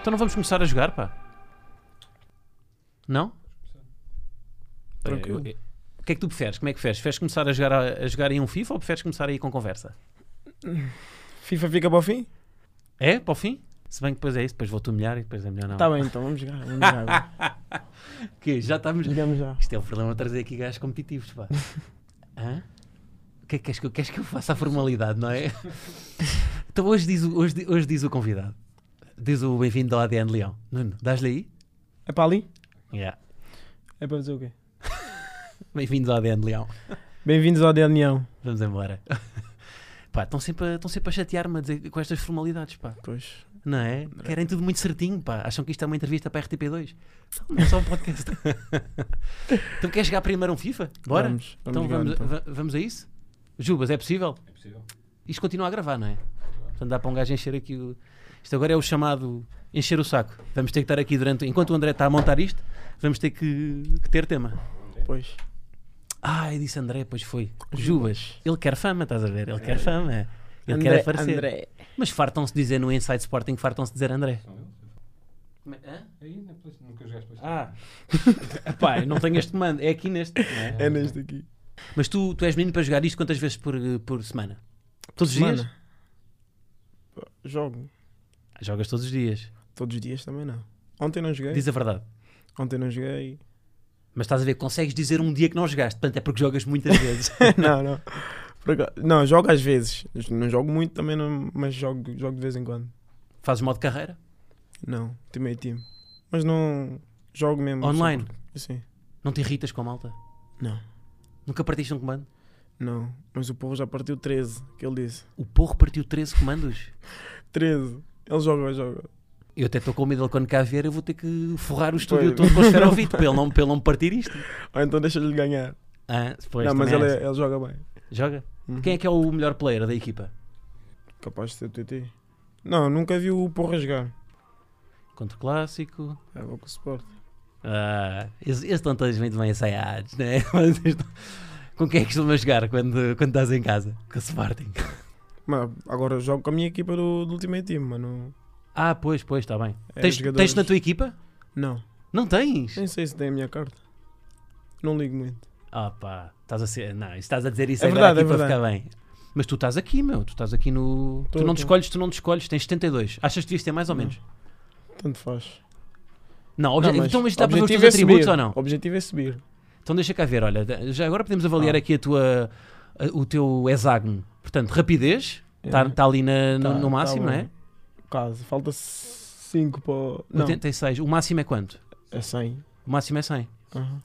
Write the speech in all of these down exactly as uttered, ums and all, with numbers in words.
Então não vamos começar a jogar, pá? Não? Tranquilo. Eu- eu- O que é que tu preferes? Como é que preferes? Preferes começar a jogar, a, a jogar em um FIFA ou preferes começar aí com conversa? FIFA fica para o fim? É? Para o fim? Se bem que depois é isso, depois vou-te humilhar e depois é melhor não. Tá bem, então vamos jogar. Vamos jogar. Que já estamos... Jogamos já. Isto é o problema de trazer aqui gajos competitivos, pá. Hã? O que é que queres que eu, queres que eu faça a formalidade, não é? Então hoje diz, o- hoje, di- hoje diz o convidado. Diz o bem-vindo ao A D N Leão. Nuno, dás-lhe aí? É para ali? Yeah. É para dizer o quê? Bem-vindos ao A D N Leão. Bem-vindos ao D N Leão. Vamos embora. Pá, estão sempre, a- estão sempre a chatear-me a dizer com estas formalidades, pá. Pois. Não é? Querem tudo muito certinho, pá. Acham que isto é uma entrevista para a R T P dois. Não, não é só um podcast. Então queres jogar primeiro um FIFA? Bora? Vamos, vamos então, jogar, vamos, então. va- vamos a isso? Jubas, é possível? É possível. Isto continua a gravar, não é? Portanto, dá para um gajo encher aqui o... Isto agora é o chamado encher o saco. Vamos ter que estar aqui durante... Enquanto o André está a montar isto, vamos ter que, que ter tema. Pois. Ah, eu disse André, pois foi. Jubas. Ele quer fama, estás a ver? Ele quer fama. Ele André, quer aparecer. André. Mas fartam-se dizer no Inside Sporting, fartam-se dizer André. São eles? Hã? Aí na PlayStation, nunca jogaste PlayStation. Ah. Epá, eu não tenho este comando. É aqui neste. não é? É neste aqui. Mas tu, tu és menino para jogar isto quantas vezes por, por semana? Todos os Semana. dias? Jogo. Jogas todos os dias. Todos os dias também não. Ontem não joguei. Diz a verdade. Ontem não joguei. Mas estás a ver, consegues dizer um dia que não jogaste. Portanto, é porque jogas muitas vezes. não, não. Por acaso- Não, jogo às vezes. Não jogo muito também, não, mas jogo, jogo de vez em quando. Fazes modo carreira? Não, teamei time. Mas não jogo mesmo. Online? só por- Sim. Não te irritas com a malta? Não, Nunca partiste um comando? não. Mas o povo já partiu treze, que ele disse. O porro partiu treze comandos. treze. Ele joga, joga. Eu até estou com medo dele quando cá vier, eu vou ter que forrar o estúdio Pois. todo com a esferovite para ele não, para ele não partir isto. Ou então deixa-lhe ganhar. Ah, depois não, mas também ele, é é- ele joga bem. Joga? Uhum. Quem é que é o melhor player da equipa? Capaz de ser o T T. Não, nunca vi o Porra jogar. Contra o Clássico. É vou com o Sport. Ah, esses, esses estão todos muito bem ensaiados, né? Mas estão- Com quem é que costumas jogar quando, quando estás em casa? Com o Sporting. Mas agora eu jogo com a minha equipa do, do Ultimate Team, mano. Ah, pois, pois, está bem. É, tens, jogadores- tens na tua equipa? Não, Não tens? nem sei se tem a minha carta. Não ligo muito. Ah pá, estás a ser... Não, estás a dizer isso É agora verdade, aqui é para verdade. ficar bem. Mas tu estás aqui, meu. Tu estás aqui no... Tô, tu não te tô. escolhes, tu não te escolhes. Tens setenta e dois. Achas que devias ter mais ou Não. menos? Tanto faz. Não, obje... Não, mas então mas está para ver os objetivo teus é atributos subir. ou não? O objetivo é subir. Então deixa cá ver, olha. Já agora podemos avaliar Ah. aqui a tua... a- o teu hexágono. Portanto, rapidez. Está É. tá ali na- no, Tá- no máximo, tá não bom. é? Quase. Falta cinco para o... Não, oitenta e seis. O máximo é quanto? é cem. O máximo é cem. Aham.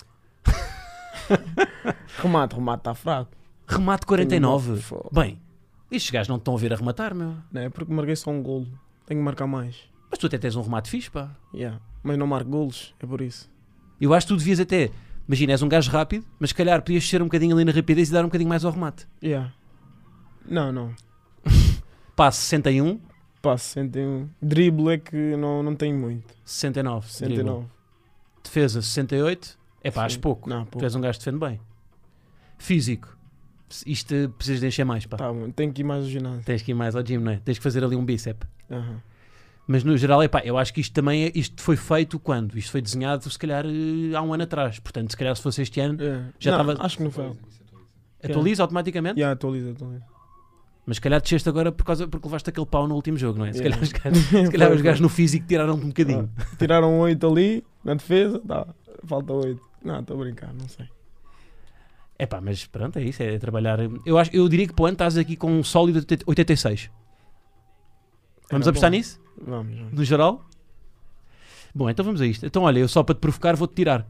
remate, remate está fraco. Remate quarenta e nove. Tenho uma- Bem, estes gajos não te estão a ver a rematar, meu. Não é porque marquei só um golo. Tenho que marcar mais. Mas tu até tens um remate fixe, pá. Yeah. Mas não marco golos, é por isso. Eu acho que tu devias até... Imagina, és um gajo rápido, mas se calhar podias descer um bocadinho ali na rapidez e dar um bocadinho mais ao remate. Yeah. Não, não. Passe sessenta e um, Passo, sessenta e um. Drible é que não, não tenho muito. sessenta e nove. sessenta e dribble. nove. Defesa sessenta e oito. É pá, Sim. acho pouco. Não, Tu pouco. és um gajo que defende bem. Físico. Isto eh, precisas de encher mais, pá. Tá bom, tenho que ir mais ao ginásio. Tens que ir mais ao gym, não é? Tens que fazer ali um bíceps. Aham. Mas no geral, é pá, eu acho que isto também é, isto foi feito quando? Isto foi desenhado se calhar eh, há um ano atrás. Portanto, se calhar se fosse este ano, É. Já Não, tava- Acho que não foi. Atualiza, isso atualiza. atualiza automaticamente. Yeah, atualiza, atualiza. Mas se calhar desceste agora por causa, porque levaste aquele pau no último jogo, não é? Se Yeah. calhar, os gajos, se calhar Foi, os gajos foi. no físico tiraram-te um bocadinho. Ah, tiraram oito ali, na defesa, tá. Falta oito. Não, estou a brincar, não sei. É pá, mas pronto, é isso, é trabalhar. Eu, acho, eu diria que para o ano estás aqui com um sólido oitenta e seis. Vamos Era apostar bom. nisso? Vamos, vamos. No geral? Bom, então vamos a isto. Então olha, eu só para te provocar vou-te tirar.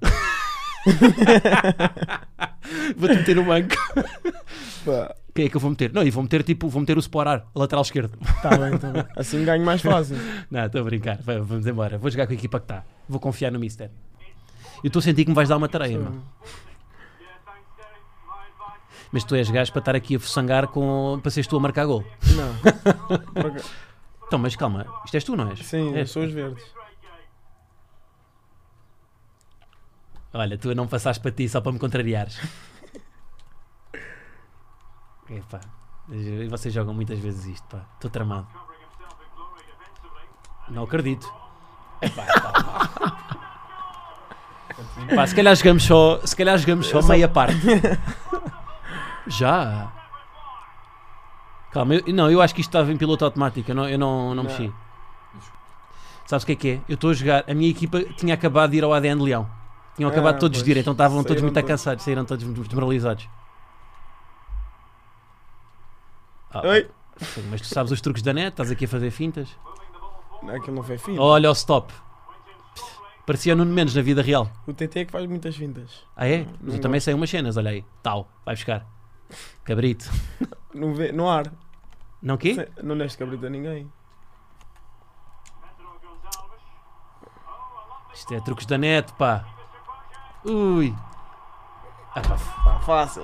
Vou-te meter no banco. Pá, Quem é que eu vou meter? Não, e vou meter tipo, vou meter o Sporar, a lateral esquerdo. tá bem, tá bem. Assim ganho mais fácil. Não, estou a brincar. Vai, vamos embora. Vou jogar com a equipa que está. Vou confiar no Mister. Eu estou a sentir que me vais dar uma tarefa, mano. Mas tu és gajo para estar aqui a fuçangar com... para seres tu a marcar gol. Não. Por acaso- Então, mas calma, isto és tu, não és? Sim, eu És. sou os verdes. Olha, tu não passaste para ti só para me contrariares. Epá, e vocês jogam muitas vezes isto, pá. Estou tramado. Não acredito. Epá, tá. Pá, se calhar jogamos só, se calhar jogamos só meia parte. Já. Calma, eu, não, eu acho que isto estava em piloto automático, eu não, eu não, não mexi. Sabes o que é que é? Eu estou a jogar, a minha equipa tinha acabado de ir ao A D N de Leão. Tinham acabado Ah, todos pois. de ir, então estavam todos Saíram muito todos. cansados, saíram todos muito desmoralizados. Ah, Oi! sim, mas tu sabes os truques da net, estás aqui a fazer fintas. Aquilo não foi fim. Olha o stop. Parecia Nuno Mendes na vida real. O T T é que faz muitas fintas. Ah é? Não- Mas não eu também gosto. sei umas cenas, olha aí. Tal, vai buscar. Cabrito. No, vê, no ar. Não quê? Se- Não deste cabrito a ninguém. Isto é truques da net, pá. Ui. Ah, pá, f- Está fácil.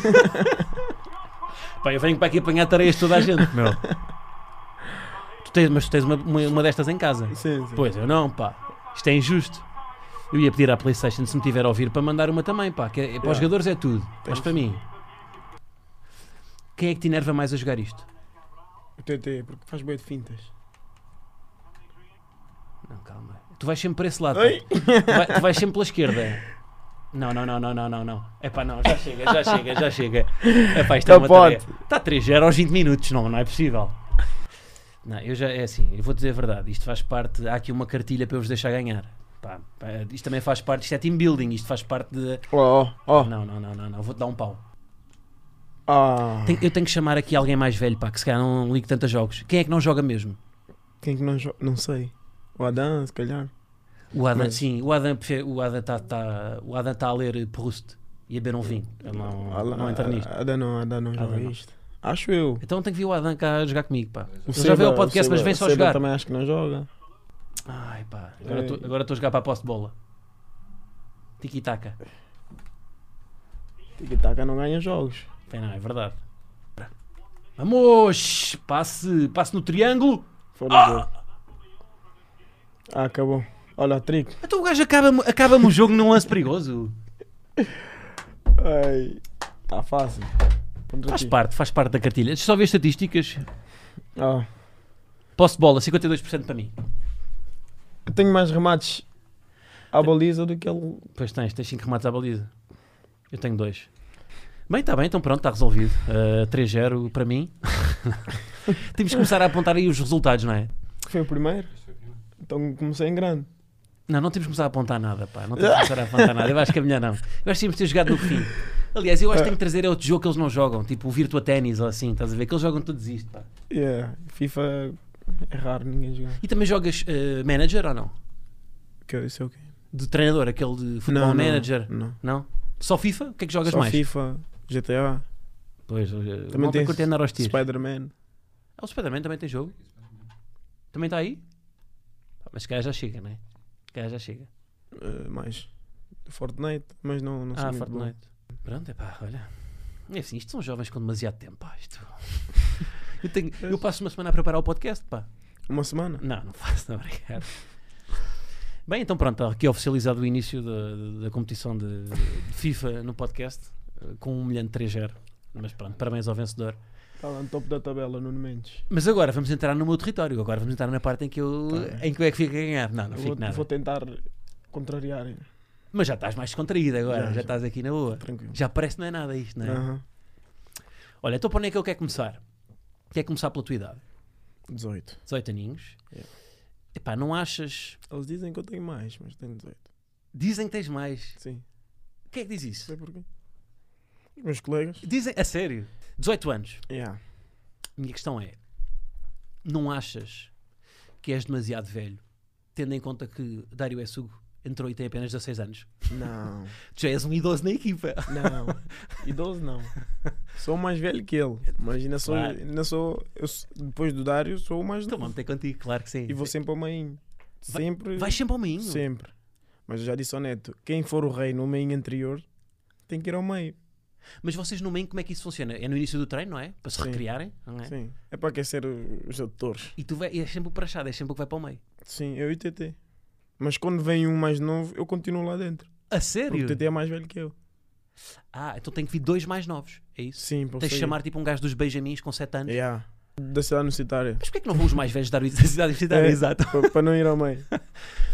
pá, eu venho para aqui apanhar tareias de toda a gente, meu. Tu tens, mas tu tens uma, uma, uma destas em casa. Sim, sim. Pois, eu não, pá. Isto é injusto. Eu ia pedir à PlayStation, se me tiver a ouvir, para mandar uma também, pá. Que é, para os Yeah. jogadores é tudo. Mas Tens. para mim. Quem é que te enerva mais a jogar isto? O T T, porque faz bem de fintas. Não, calma. Tu vais sempre para esse lado. Oi! pá. Tu, vai- tu vais sempre pela esquerda. Não, não, não, não, não, não, não. É pá, não, já chega, já chega, já chega. É pá, isto é Não uma pode. tarefa. Está três zero aos vinte minutos, não, não é possível. Não, eu já, é assim, eu vou dizer a verdade. Isto faz parte, há aqui uma cartilha para eu vos deixar ganhar. Pá, pá, isto também faz parte, isto é team building, isto faz parte de... Oh, oh. Não, não, não, não, não, vou-te dar um pau. Ah. Tenho- eu tenho que chamar aqui alguém mais velho, pá, que se calhar não ligue tanto a jogos. Quem é que não joga mesmo? Quem que não joga? Não sei. O Adam, se calhar. O Adam, Mas- sim, o Adam prefere- o Adam está tá, o Adam tá a ler Proust e a beber um vinho. Ele não, Ala- não entra nisto. Adam não, Adam não joga Adam não. isto. Acho eu. Então tem que vir o Adam cá jogar comigo, pá. O Ele já veio ao Seba- podcast, o mas Seba- vem só o Seba jogar. também acho que não joga. Ai pá, agora É. estou agora estou a jogar para a posse de bola. Tiki-taka. Tiki-taka não ganha jogos. Tem não, é verdade. Vamos! Passe, passe no triângulo. Fora ah! jogo. Ah, acabou. Olha, trico. Então o gajo acaba-me acaba o jogo num lance perigoso. Ai. Tá fácil. Contra Faz ti. parte, faz parte da cartilha. Deixa eu só ver estatísticas. Ah. Posse de bola, cinquenta e dois por cento para mim. Eu tenho mais remates à baliza do que ele. Pois tens, tens cinco remates à baliza. Eu tenho dois. Bem, está bem, então pronto, está resolvido. Uh, três zero para mim. Temos que começar a apontar aí os resultados, não é? Foi o primeiro. Então comecei em grande. Não, não temos que começar a apontar nada, pá. Não temos que começar a apontar nada. Eu acho que é melhor não. Eu acho que temos de ter jogado no fim. Aliás, eu acho que tenho que trazer outro jogo que eles não jogam, tipo o Virtua Tennis ou assim, estás a ver? Que eles jogam todos isto, pá. Yeah. FIFA é raro ninguém jogar. E também jogas uh, manager ou não? Que isso é o quê? De treinador, aquele de futebol Não, não, manager? Não. Não? Só FIFA? O que é que jogas Só mais? FIFA, G T A. Pois, uh, Também malta tem curte andar aos tiros. Spider-Man. Ah, o Spider-Man também tem jogo? Também está aí? Pá, mas se calhar já chega, não é? Se calhar já chega. Uh, mais Fortnite, mas não, não sou Ah, muito Fortnite. Pronto, é pá, olha. É assim, isto são jovens com demasiado tempo, pá. Isto... eu, tenho, eu passo uma semana a preparar o podcast, pá. bom. Uma semana? Não, não faço, não, obrigado. Bem, então pronto, está aqui oficializado o início da, da competição de, de FIFA no podcast, eh, com um humilhante três zero. Mas pronto, parabéns ao vencedor. Está lá no topo da tabela, Nuno Mendes. Mas agora vamos entrar no meu território, agora vamos entrar na parte em que eu, Tá. em que eu é que fico a ganhar. Não, não Eu fico vou, nada. vou tentar contrariar. Mas já estás mais descontraído agora, Já, já, já. estás aqui na boa. Tranquilo. Já parece que não é nada isto, não é? Aham. Olha, então para onde é que eu quero começar? Quero começar pela tua idade. dezoito. dezoito aninhos. Yeah. Epá, não achas... Eles dizem que eu tenho mais, mas tenho dezoito. Dizem que tens mais. Sim. Quem é que diz Não isso? sei porquê. Os meus colegas. Dizem... A sério? dezoito anos. Yeah. Minha questão é, não achas que és demasiado velho, tendo em conta que Dário Essugo entrou e tem apenas dezasseis anos? Não. Tu já és um idoso na equipa. Não. Idoso não. Sou mais velho que ele. Mas ainda sou. Claro. Ainda sou eu, sou- depois do Dário, sou o mais Então novo. vamos ter contigo, claro que sim. E vou sempre ao meinho. Sempre. Vais sempre ao meio. Sempre. Mas eu já disse ao Neto: quem for o rei no meio anterior tem que ir ao meio. Mas vocês no meio, como é que isso funciona? É no início do treino, não é? Para se Sim. recriarem, não é? Sim. É para aquecer o- os adutores. E tu vai, e és sempre o prachado, és sempre o que vai para o meio. Sim, eu e o T T. Mas quando vem um mais novo, eu continuo lá dentro. A Porque sério? o T T é mais velho que eu. Ah, então tem que vir dois mais novos, é isso? Sim, para Tens de sair. chamar tipo um gajo dos Benjamins com sete anos. Yeah. Da cidade universitária. Mas porquê é que não vão os mais velhos da cidade universitária? É. Exato. para, para não ir ao meio.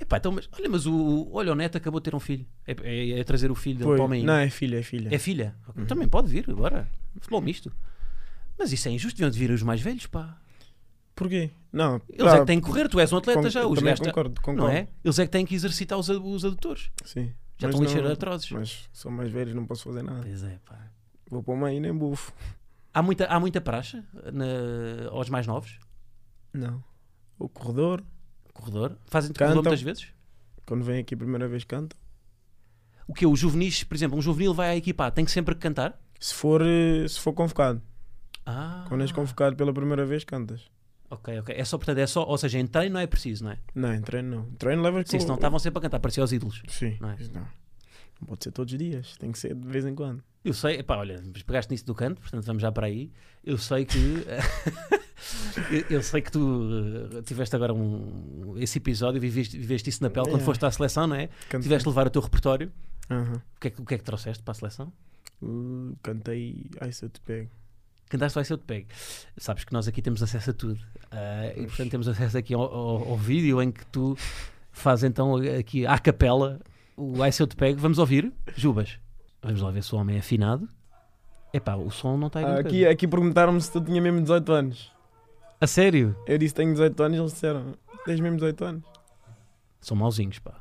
Epá, então, mas, olha, mas o, olha, o Neto acabou de ter um filho. É, é, é trazer o filho dele Foi. para o meio. Não, é filha, é filha. É filha? Uhum. Também pode vir agora. Futebol misto. Mas isso é injusto, deviam de vir os mais velhos, pá. Porquê? Não. Eles é que têm que correr, tu és um atleta con- já. Os também gajos, concordo, concordo. não é? Eles é que têm que exercitar os, os adutores. Sim. Já Mas estão a encher não- atrozes. Mas são mais velhos, não posso fazer nada. Pois é, pá. Vou para o meio e nem bufo. Há muita, há muita praxe na, aos mais novos? Não. O corredor, Corredor? Fazem-te corredor Cantam. muitas vezes? quando vem aqui a primeira vez, canta. O que? Os juvenis, por exemplo, um juvenil vai à equipa, tem que sempre que cantar? Se for, eh, se for convocado. Ah, Quando és convocado pela primeira vez, cantas. ok, ok. É só, portanto, é só, ou seja, em treino não é preciso, não é? Não, em treino não. Em treino levas Sim, com- senão estavam sempre a cantar, parecia aos ídolos. Sim, não é? isso não. Não pode ser todos os dias, tem que ser de vez em quando. Eu sei, epá, olha, mas pegaste nisso do canto, portanto vamos já para aí. Eu sei que eu, eu sei que tu uh, tiveste agora um, esse episódio, viveste, viveste isso na pele quando É. foste à seleção, não é? Cantei. Tiveste de levar o teu repertório. Aham. O que, é que, o que é que trouxeste para a seleção? Uh, cantei Ai Se Eu Te Pego. Cantaste vai ser eu te pego. Sabes que nós aqui temos acesso a tudo. Uh, e portanto temos acesso aqui ao, ao, ao vídeo em que tu fazes então aqui à capela o Ai Se Eu Te Pego. Vamos ouvir, Jubas. Vamos lá ver se o homem é afinado. Epá, o som não está aí. Ah, grande aqui, coisa. aqui perguntaram-me se tu tinha mesmo dezoito anos. A sério? Eu disse tenho dezoito anos e eles disseram tens mesmo dezoito anos. São mauzinhos, pá.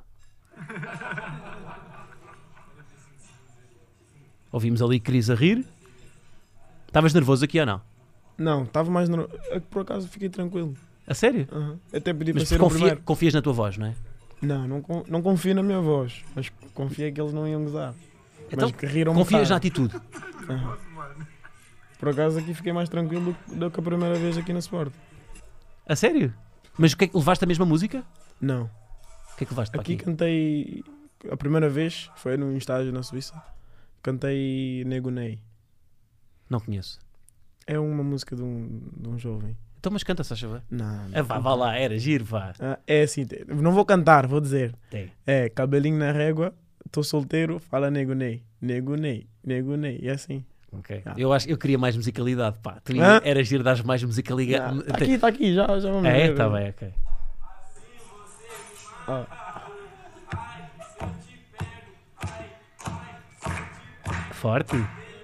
Ouvimos ali Cris a rir. Estavas nervoso aqui ou não? Não, estava mais nervoso. Por acaso fiquei tranquilo. A sério? Aham. Até pedi Mas para ser o confia, primeiro. confias na tua voz, não é? Não, não, con- não confio na minha voz, mas confiei que eles não iam gozar. Então, mas que riram um confias na bocado. atitude. Aham. Por acaso aqui fiquei mais tranquilo do, do que a primeira vez aqui na Sport. A sério? Mas o que é que levaste a mesma música? Não. O que é que levaste para Aqui aqui? cantei. A primeira vez foi num estágio na Suíça. Cantei Nego Ney. Não conheço. É uma música de um, de um jovem. Então, mas canta, se faz favor. Não, não Ah, vá, vá lá, era giro, vá. Ah, é assim, te- não vou cantar, vou dizer. Tem. É, cabelinho na régua, tô solteiro, fala Nego Ney. Nego Ney, Nego Ney, e é assim. Ok. Ah. Eu acho eu queria mais musicalidade, pá. Tu Hã? era giro dar mais musicalidade. Está aqui, está aqui, já, já vamos É, ver. tá bem, ok. Ah, Forte.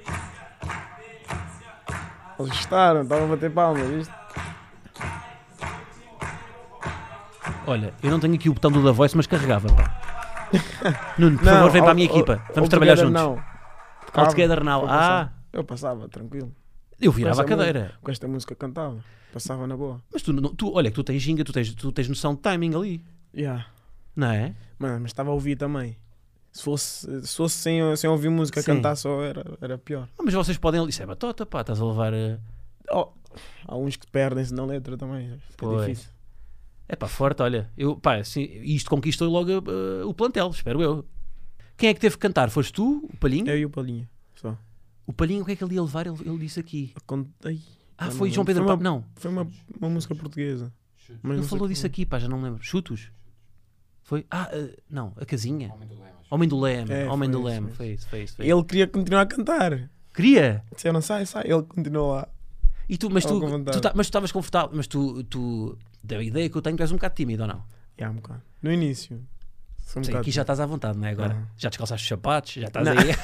eles gostaram, estavam a bater palmas, viste? Olha, eu não tenho aqui o botão do The Voice, mas carregava, pá. Nuno, por Não, favor, vem para a all- minha all- equipa. Vamos all trabalhar together juntos. Now. All together now. Eu Ah, passava. Eu passava, tranquilo. eu virava a Essa cadeira. Com esta música cantava, passava na boa. Mas tu, não- tu olha, que tu tens ginga, tu tens, tu tens noção de timing ali. Yeah. Não é? Mano, mas estava a ouvir também. Se fosse, se fosse sem, sem ouvir música, Sim. cantar só era, era pior. Ah, mas vocês podem. Isso é batota, pá. Estás a levar. eh, Oh, há uns que perdem-se na letra também. Fica Pois. difícil. É pá, forte, olha. Eu, pá, assim, isto conquistou logo eh, o plantel, espero eu. Quem é que teve que cantar? Foste tu, o Palhinho? Eu e o Palinha. Só. O Palhinho, o que é que ele ia levar? Ele, ele disse aqui. Eu contei. Ah, Já foi não João lembro. Pedro Foi Pa- Não, Foi uma, uma música portuguesa. Mas ele não sei falou que disso foi. aqui, pá, já não me lembro. Chutos? Foi? Ah, eh, não, a casinha. Homem do Lemas. Homem do Leme. É, Homem foi do isso, Leme. foi Foi isso, foi isso. Foi isso. Ele queria continuar a cantar. Queria? Disseram, sai, sai. Ele continuou lá. E tu, mas tu, Estava com vontade. tu tá- mas tu estavas confortável. Mas tu, tu, da ideia que eu tenho, tu és um bocado tímido ou não? Já, um bocado. No início. Sou um Sim, bocado- aqui já estás à vontade, não é? Agora Aham. já descalçaste os sapatos, já estás Não. aí.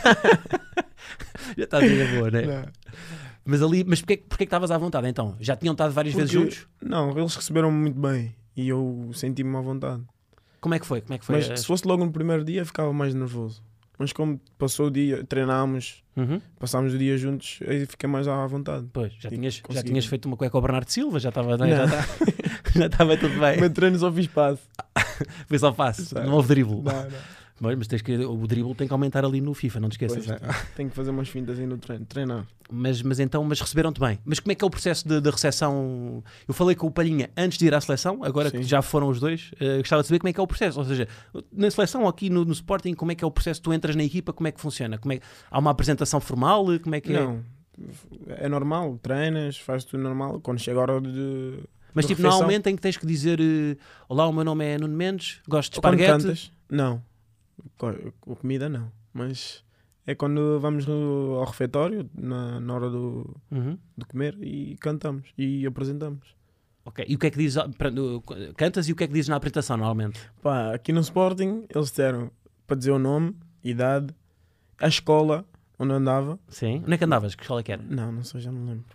já estás aí a boa, né? Não. Mas ali, mas porquê, porquê que estavas à vontade então? Já tinham estado várias vezes Porque- juntos? Não, eles receberam-me muito bem. E eu senti-me à vontade. Como é que foi? Como é que foi? Mas a- se fosse logo no primeiro dia, ficava mais nervoso. Mas como passou o dia, treinámos, Uhum. passámos o dia juntos, aí fiquei mais à vontade. Pois, já E tinhas, já consegui. tinhas feito uma cueca ao Bernardo Silva, já estava, não é? Já Não. tá- já estava tudo bem. O meu treino só fiz passe. Foi só fácil, Exato. não houve dribble. Não, não. Mas, mas tens que, o dribble tem que aumentar ali no FIFA, não te esqueças. Pois, não é? tenho que fazer umas fintas aí no treino. Treinar. Mas, mas então, mas receberam-te bem. Mas como é que é o processo de, de recepção? Eu falei com o Palhinha antes de ir à seleção, agora que Sim. já foram os dois, eh, gostava de saber como é que é o processo. Ou seja, na seleção aqui no, no Sporting, como é que é o processo? Tu entras na equipa, como é que funciona? Como é, há uma apresentação formal? Como é que é? Não. É normal, treinas, fazes tudo normal. Quando chega a hora de. Mas de tipo, não há refeição- um momento em que tens que dizer eh, olá, o meu nome é Nuno Mendes, gosto de Quando esparguete. cantas, não. Co- Com comida, não. Mas é quando vamos no- ao refeitório, na, na hora do, Uhum. de comer, e cantamos e apresentamos. Ok. E o que é que dizes? para- no- Cantas e o que é que dizes na apresentação, normalmente? Pá, aqui no Sporting eles disseram para dizer o nome, idade, a escola onde eu andava. Sim. Onde é que andavas? Que escola é que era? Não, não sei, já não lembro.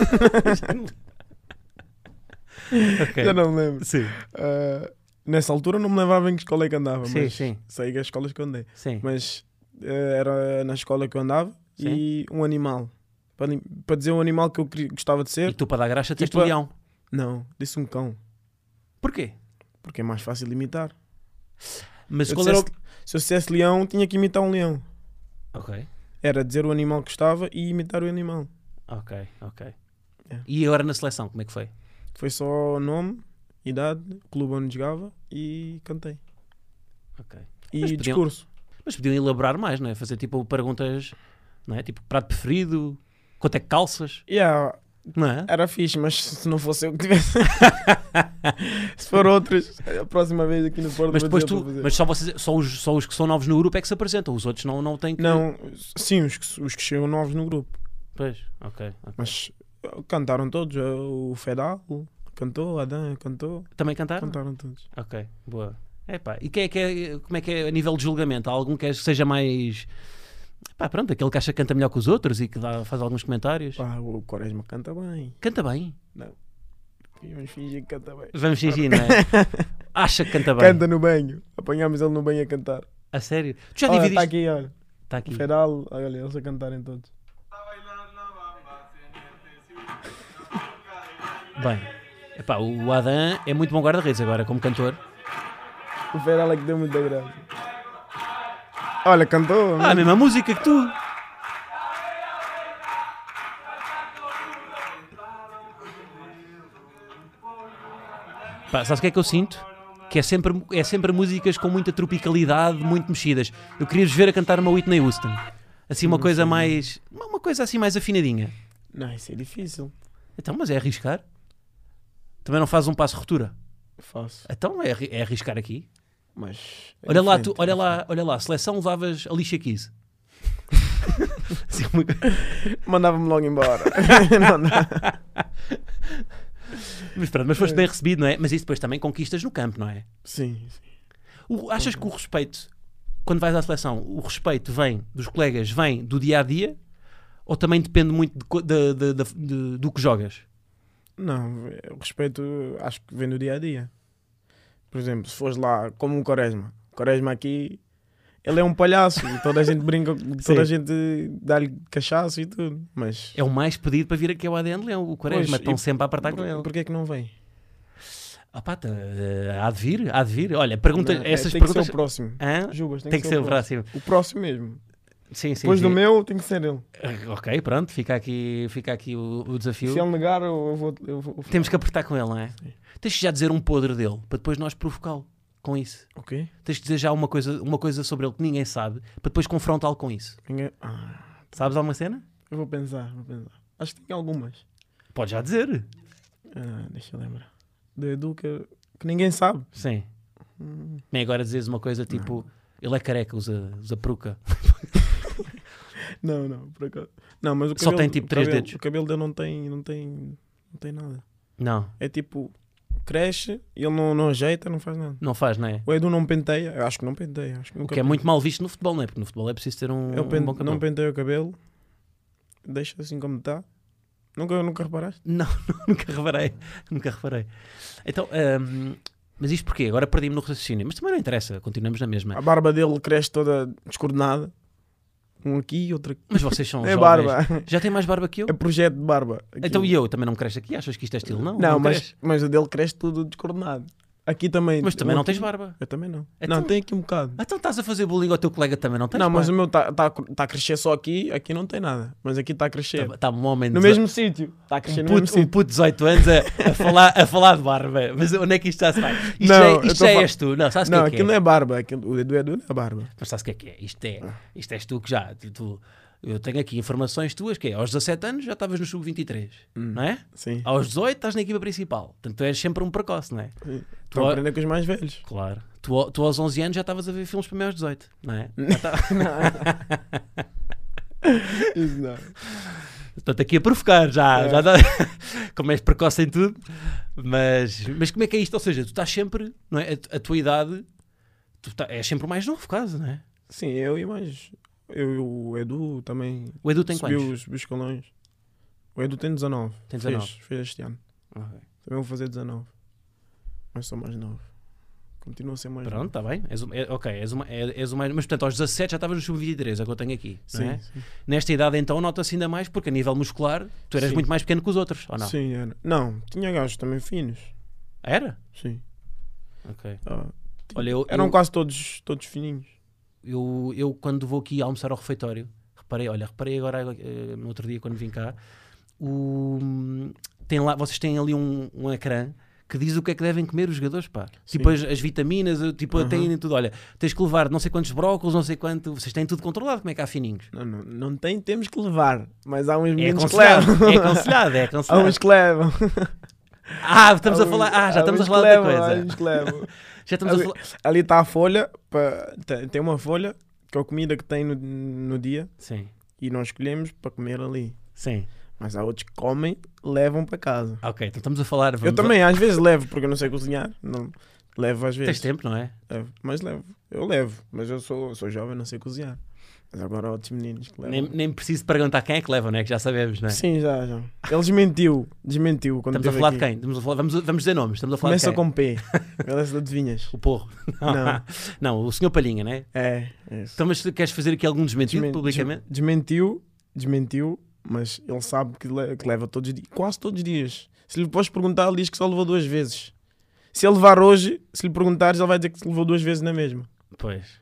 Ok. Já não me lembro. Sim. Ah, nessa altura não me lembrava em que escola é que andava, Sim, mas sim. sei as escolas que eu andei. Sim. Mas eh, era na escola que eu andava Sim. e um animal. Para, lim- para dizer um animal que eu queria- gostava de E ser, tu, para dar graxa, disseste Tipo, o leão. não, disse um cão. Porquê? Porque é mais fácil imitar. Mas Se eu, qual era o... dissesse, se eu dissesse leão, tinha que imitar um leão. Ok. Era dizer o animal que gostava e imitar o animal. Ok, ok. É. E agora na seleção, como é que foi? Foi só nome, idade, clube onde jogava e cantei. Ok. E Mas podiam- discurso. Mas podiam elaborar mais, não é? Fazer tipo perguntas, não é? Tipo, prato preferido, quanto é que calças, Yeah, não é? era fixe, mas se não fosse eu que tivesse. Se for outras, a próxima vez aqui no Porto Mas vou depois dizer tu, para fazer. mas só, vocês, só, os, só os que são novos no grupo é que se apresentam, os outros não, não têm que... Não, sim, os que, os que chegam novos no grupo. Pois, ok. ok. Mas uh, cantaram todos. uh, O Fedal cantou, a Dan cantou. Também cantaram? Cantaram todos. Ok, boa. Epá, e quem é que é, como é que é a nível de julgamento? Há algum que seja mais... Pá, pronto, aquele que acha que canta melhor que os outros e que dá, faz alguns comentários. Pá, o Quaresma canta bem. Canta bem. E vamos fingir que canta bem. Vamos fingir, não é? Acha que canta bem. Canta no banho. Apanhámos ele no banho a cantar. A sério? Tu já Olha, dividiste... está aqui, olha. Tá aqui. O Fedal, olha, eles a cantarem todos. Bem, epá, o Adam é muito bom guarda-redes agora, como cantor. O Fedal é que deu muita graça. Olha, cantou. Ah, a mesma música que tu. Pá, sabes o que é que eu sinto? Que é sempre, é sempre músicas com muita tropicalidade, muito mexidas. Eu queria-vos ver a cantar uma Whitney Houston. Assim, uma Não coisa sei. mais... Uma coisa assim mais afinadinha. Não, isso é difícil. Então, mas é arriscar. Também não faz um passo ruptura. Faço. Então, é, arri- é arriscar aqui. Mas. é Olha lá, tu, diferente, olha é lá, olha lá, seleção levavas a Alicia Keys. Assim, uma coisa- diferente. Mandava-me logo embora. Não dá. Mas pronto, mas foste bem recebido, não é? Mas isso depois também conquistas no campo, não é? Sim, sim. O- achas que o respeito, quando vais à seleção, o respeito vem dos colegas, vem do dia a dia ou também depende muito de co- de- de- de- de- do que jogas? Não, o respeito acho que vem do dia a dia. Por exemplo, se fores lá como um Quaresma, o Quaresma aqui, ele é um palhaço e toda a gente brinca, toda a Sim. gente dá-lhe cachaço e tudo. Mas É o mais pedido para vir aqui ao A D N de Leão, o Quaresma. Pois, Estão e sempre a apertar com por, ele. porquê é que não vem? Ah pá, tá, eh, há de vir, há de vir. Olha, pergunta, Não, é, essas tem perguntas... que ser o próximo. Hã? Jubas, tem, Tem que ser o próximo. O próximo mesmo. Sim, sim, Depois sim. do meu, tem que ser ele. Ah, Ok, pronto, fica aqui, fica aqui o, o desafio. Se ele negar, eu eu vou. Eu vou... Temos que apertar com ele, não é? Sim. Tens que já dizer um podre dele, para depois nós provocá-lo com isso. Ok? Tens que dizer já uma coisa, uma coisa sobre ele que ninguém sabe, para depois confrontá-lo com isso. Ninguém... Ah, Sabes alguma cena? eu vou pensar, vou pensar. Acho que tem algumas. Pode já dizer. Ah, deixa eu lembrar. Do Edu que, que ninguém sabe. Sim. Hum. Nem agora dizes uma coisa tipo, ele é careca, usa, usa peruca. Não, não, por acaso. Não, mas o Só cabelo, tem, tipo, o três cabelo- dedos. O cabelo dele não tem, não tem, não tem nada. Não, É tipo, cresce e ele não, não ajeita, não faz nada. não faz, não é? O Edu não penteia, eu acho que não penteia. Acho que O nunca que é penteia. muito mal visto no futebol, não é? Porque no futebol é preciso ter um, Ele um pen- bom cabelo. não penteia o cabelo, deixa assim como está. Nunca, nunca reparaste? Não, nunca reparei. Nunca reparei. Então, hum, mas isto porquê? Agora perdi-me no raciocínio. Mas também não interessa, continuamos na mesma. A barba dele cresce toda descoordenada. Um aqui, outro aqui. Mas vocês são É jovens. barba. Já tem mais barba que eu? É projeto de barba. Então Aquilo. e eu? Também não me cresce aqui? Achas que isto é estilo? Não, Não, mas, cresce. mas o dele cresce tudo descoordenado. Aqui também. Mas também o não aqui- tens barba. Eu também não. Então- Não, tem aqui um bocado. Então estás a fazer bullying ao teu colega também, não tens não, mas barba? o meu está tá, tá a crescer só aqui. Aqui não tem nada. Mas aqui está a crescer. Está um homem No de mesmo sítio. Está a crescer um no mesmo puto, um sítio. puto de dezoito anos a, a, falar, a falar de barba. Mas onde é que isto já se vai? Isto Não, já, eu isto tô já fa- és tu. Não, sabes o Não, que é que aquilo é? não é barba. Aquilo, o Edu Edu não é barba. Mas sabes o que é que é? Isto é, Ah. isto és tu que já... Tu, tu- eu tenho aqui informações tuas que é, aos dezassete anos já estavas no sub vinte e três, Hum. não é? Sim. Aos dezoito estás na equipa principal. Portanto, tu és sempre um precoce, não é? Sim. Tu, Estou a aprender com os mais velhos. claro. Tu, tu aos onze anos já estavas a ver filmes para mim aos dezoito, não é? Isso não. Estou-te aqui a provocar, já, É. já dá. Como és precoce em tudo. Mas, mas como é que é isto? Ou seja, tu estás sempre, não é? A, a tua idade, tu tá, és sempre o mais novo, quase, não é? Sim, eu e mais. Eu e o Edu também. O Edu tem subiu quantos? os, subiu os escalões. O Edu tem dezanove. Tem dezanove. Fez, fez este ano. Ok. Também vou fazer dezanove. Mas sou mais novo. Continuo a ser mais Pronto, novo. está bem. És, o- é, ok, és, uma, é- és o mais. Mas portanto, aos dezassete já estavas no sub vinte e três, é o que eu tenho aqui. Não Sim, é? sim. Nesta idade, então, nota-se ainda mais, porque a nível muscular, tu eras Sim. muito mais pequeno que os outros, ou não? Sim, era. Não, tinha gajos também finos. Era? Sim. Ok. Ah, Olha, eu, eram eu, quase todos, todos fininhos. eu, eu, quando vou aqui almoçar ao refeitório, reparei, olha, reparei agora, eh, no outro dia, quando vim cá, o, tem lá, vocês têm ali um, um ecrã que diz o que é que devem comer os jogadores, pá. Sim. Tipo as, as vitaminas, tipo, Aham. têm tudo. Olha, tens que levar não sei quantos brócolos, não sei quanto. Vocês têm tudo controlado, como é que há fininhos? Não, não, não tem, temos que levar. Mas há uns É meninos que aconselhado, levam. é aconselhado, é Há aconselhado. uns que levam. Ah, estamos Há a falar, uns- ah, já há estamos a uns falar que da levam, há coisa. uns que levam. Já estamos a Ali- falar. Ali está a folha. pa- tem- Tem uma folha que é a comida que tem no, no dia Sim, e nós escolhemos para comer ali. sim. Mas há outros que comem, levam para casa. Ok, então estamos a falar. Eu vamos também às vezes levo porque eu não sei cozinhar. Não, levo às a... vezes. Tens tempo, não é? Levo, mas levo. Eu levo. Mas eu sou, sou jovem, não sei cozinhar. Mas agora há outros meninos que levam. Nem, nem preciso perguntar quem é que leva, não é? Que já sabemos, não é? Sim, já, já. Ele desmentiu. Desmentiu. Quando Estamos a esteve falar aqui. de quem? Estamos a falar, vamos, vamos dizer nomes. Estamos a falar Começa de quem? com P. Ele de adivinhas. O porro. Não. Não, o senhor Palhinha, não é? É, é isso. Então, mas tu queres fazer aqui algum desmentido Desmen- publicamente? Desmentiu, desmentiu, mas ele sabe que, le- que leva todos os dias, quase todos os dias. Se lhe podes perguntar, ele diz que só levou duas vezes. Se ele levar hoje, se lhe perguntares, ele vai dizer que se levou duas vezes na mesma. Pois.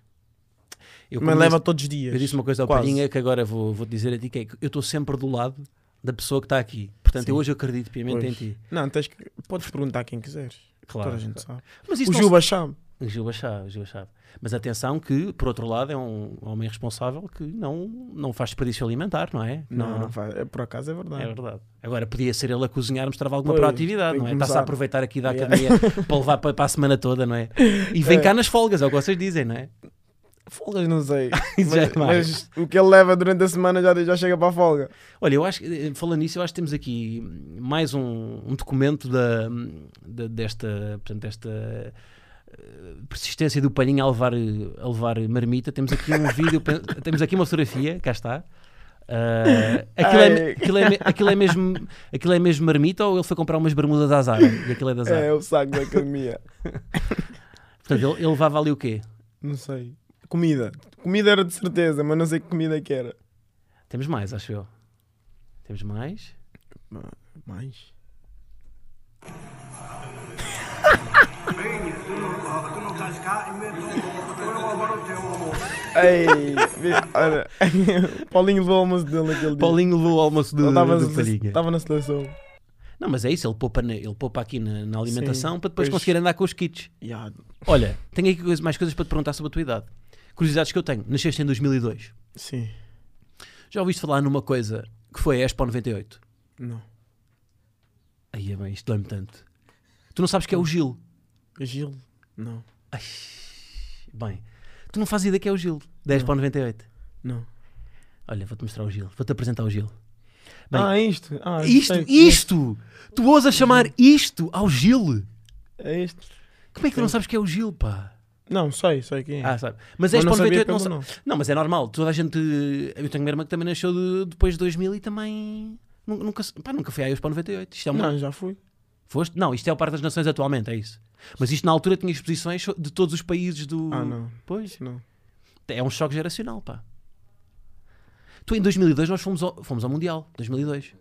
Eu, Mas como leva disse- todos os dias. eu disse uma coisa ao Quase. Palhinha que agora vou, vou dizer a ti, que é que eu estou sempre do lado da pessoa que está aqui. Portanto, Sim. eu hoje acredito piamente Pois. em ti. Não, tens que, podes perguntar quem quiseres. Claro. Toda a gente sabe. Mas isso O não Juba sabe. se- O Gilba sabe, o Gilba sabe. Mas atenção que, por outro lado, é um homem responsável que não, não faz desperdício alimentar, não é? Não, não faz. É, por acaso é verdade. É verdade. Agora, podia ser ele a cozinhar, mostrava alguma Pois, proatividade, tem não é? que Está-se a começar. aproveitar aqui da Yeah. academia para levar para, para a semana toda, não é? E vem É. cá nas folgas, é o que vocês dizem, não é? Folgas não sei. Isso já é mas, mais. mas o que ele leva durante a semana já, já chega para a folga. Olha, eu acho que, falando nisso, eu acho que temos aqui mais um, um documento da, da- desta, portanto, desta eh, persistência do Palhinha a levar, a levar marmita. Temos aqui um vídeo, pen- temos aqui uma fotografia, cá está. Ah, aquilo, é, Ai. aquilo, é, me- aquilo, é mesmo, aquilo é mesmo marmita ou ele foi comprar umas bermudas à Zara e aquilo é da Zara? É o saco da academia. Portanto, ele, ele levava ali o quê? Não sei. Comida. Comida era de certeza, mas não sei que comida é que era. Temos mais, acho eu. Temos mais. Ma- Mais? Ei, vi- olha, Paulinho levou o almoço dele aquele dia. Paulinho levou o almoço do, Ele estava do na- Palhinha. estava na seleção. Não, mas é isso, ele poupa, na- ele poupa aqui na, na alimentação Sim, para depois pois. conseguir andar com os kits. Ya, Olha, tenho aqui coisa- mais coisas para te perguntar sobre a tua idade. Curiosidades que eu tenho. Nasceste em dois mil e dois. Sim. Já ouviste falar numa coisa que foi a Expo noventa e oito? Não. Aí é bem, isto dói-me tanto. Tu não sabes que é o Gil? Gil? Não. Ai, bem, tu não fazes ideia que é o Gil da Expo Não. noventa e oito. Não. Olha, vou-te mostrar o Gil. Vou-te apresentar o Gil. Bem, ah, isto. Ah, isto, sei. isto! Tu ousas chamar isto ao Gil? É isto. Como é que tu não Sim. sabes que é o Gil, pá? Não, sei, sei quem é. Ah, sabe. Mas a mas Expo não noventa e sabia oito não como sabe. não. Não, mas é normal. Toda a gente. Eu tenho uma irmã que também nasceu de- depois de dois mil e também. nu- Nunca, pá, nunca foi à Expo noventa e oito. Isto é uma... Não, já fui. Foste? Não, isto é o Parque das Nações atualmente, é isso. Mas isto na altura tinha exposições de todos os países do. Ah, não. Pois. Não. É um choque geracional, pá. Tu em dois mil e dois nós fomos ao, fomos ao Mundial. dois mil e dois.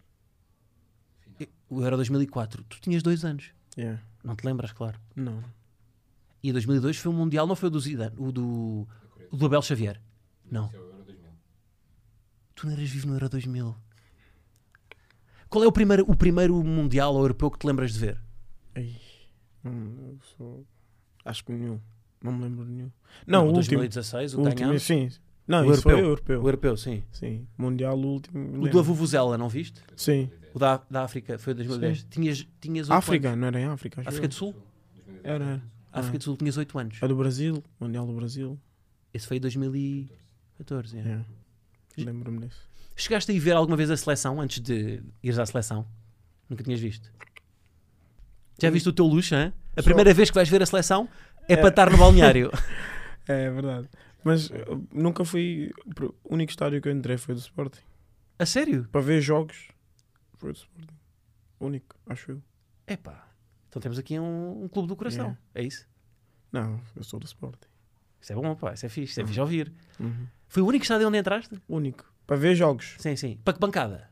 O Euro dois mil e quatro. Tu tinhas dois anos. Yeah. Não te lembras, claro. Não. E em dois mil e dois foi o Mundial, não foi o do Zidane, o do, o do Abel Xavier. Não. Tu não eras vivo no Euro dois mil. Qual é o primeiro, o primeiro Mundial europeu que te lembras de ver? Ei, hum, eu sou... Acho que nenhum. Não me lembro de nenhum. Não, o dois último. mil e dezasseis, o, O que último, ganhámos. sim. Não, O isso foi europeu. europeu. O europeu, sim. Sim. Mundial, o último. me O lembro. da Vuvuzela, não viste? Sim. O da, da África, foi em dois mil e dez. Sim. Tinhas, tinhas oito África, anos. não era em África. acho África eu. do Sul? Era. África Ah. do Sul, tinhas oito anos. É do Brasil. Mundial do Brasil. Esse foi em dois mil e catorze. é. Yeah. Lembro-me disso. Chegaste a ir ver alguma vez a seleção antes de ires à seleção? Nunca tinhas visto? Já viste o teu luxo, hein? A Só- primeira vez que vais ver a seleção é, É. para estar no balneário. É verdade. Mas eu nunca fui. O único estádio que eu entrei foi do Sporting. A sério? Para ver jogos foi do Sporting. O único, acho eu. Epá, então temos aqui um, um clube do coração. É isso? Não, eu sou do Sporting. Isso é bom, pá, isso é fixe, isso é Uhum. fixe ouvir. Uhum. Foi o único estádio onde entraste? O único. Para ver jogos. Sim, sim. Para que bancada?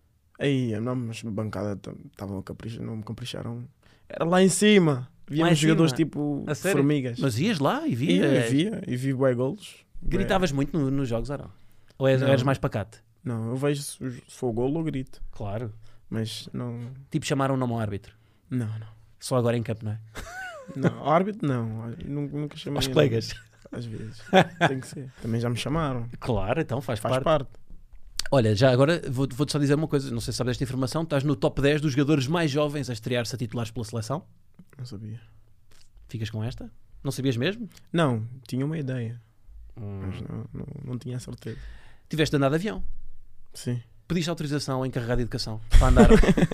Aí, não, mas a bancada estavam a caprichar, não me capricharam. Era lá em cima. Lá em Víamos jogadores cima? tipo A sério? formigas. Mas ias lá e E via? eu via, e vi bué golos. Gritavas muito no- nos jogos, ou não? Ou és- Não. eras mais pacato? Não, eu vejo se, se for golo eu grito. Claro. Mas não. Tipo, chamaram o nome ao árbitro. Não, não. Só agora em campo, não é? Não, árbitro não. Nunca, nunca chamei. Aos ninguém. colegas. Às vezes. Tem que ser. Também já me chamaram. Claro, então faz, Faz parte. parte. Olha, já agora vou- vou-te só dizer uma coisa. Não sei se sabes desta informação. Estás no top dez dos jogadores mais jovens a estrear-se a titulares pela seleção. Não sabia. Ficas com esta? Não sabias mesmo? Não, tinha uma ideia. Hum. Mas não, não, não tinha a certeza. Tiveste de andar de avião. Sim. Pediste autorização ao encarregado de educação para andar.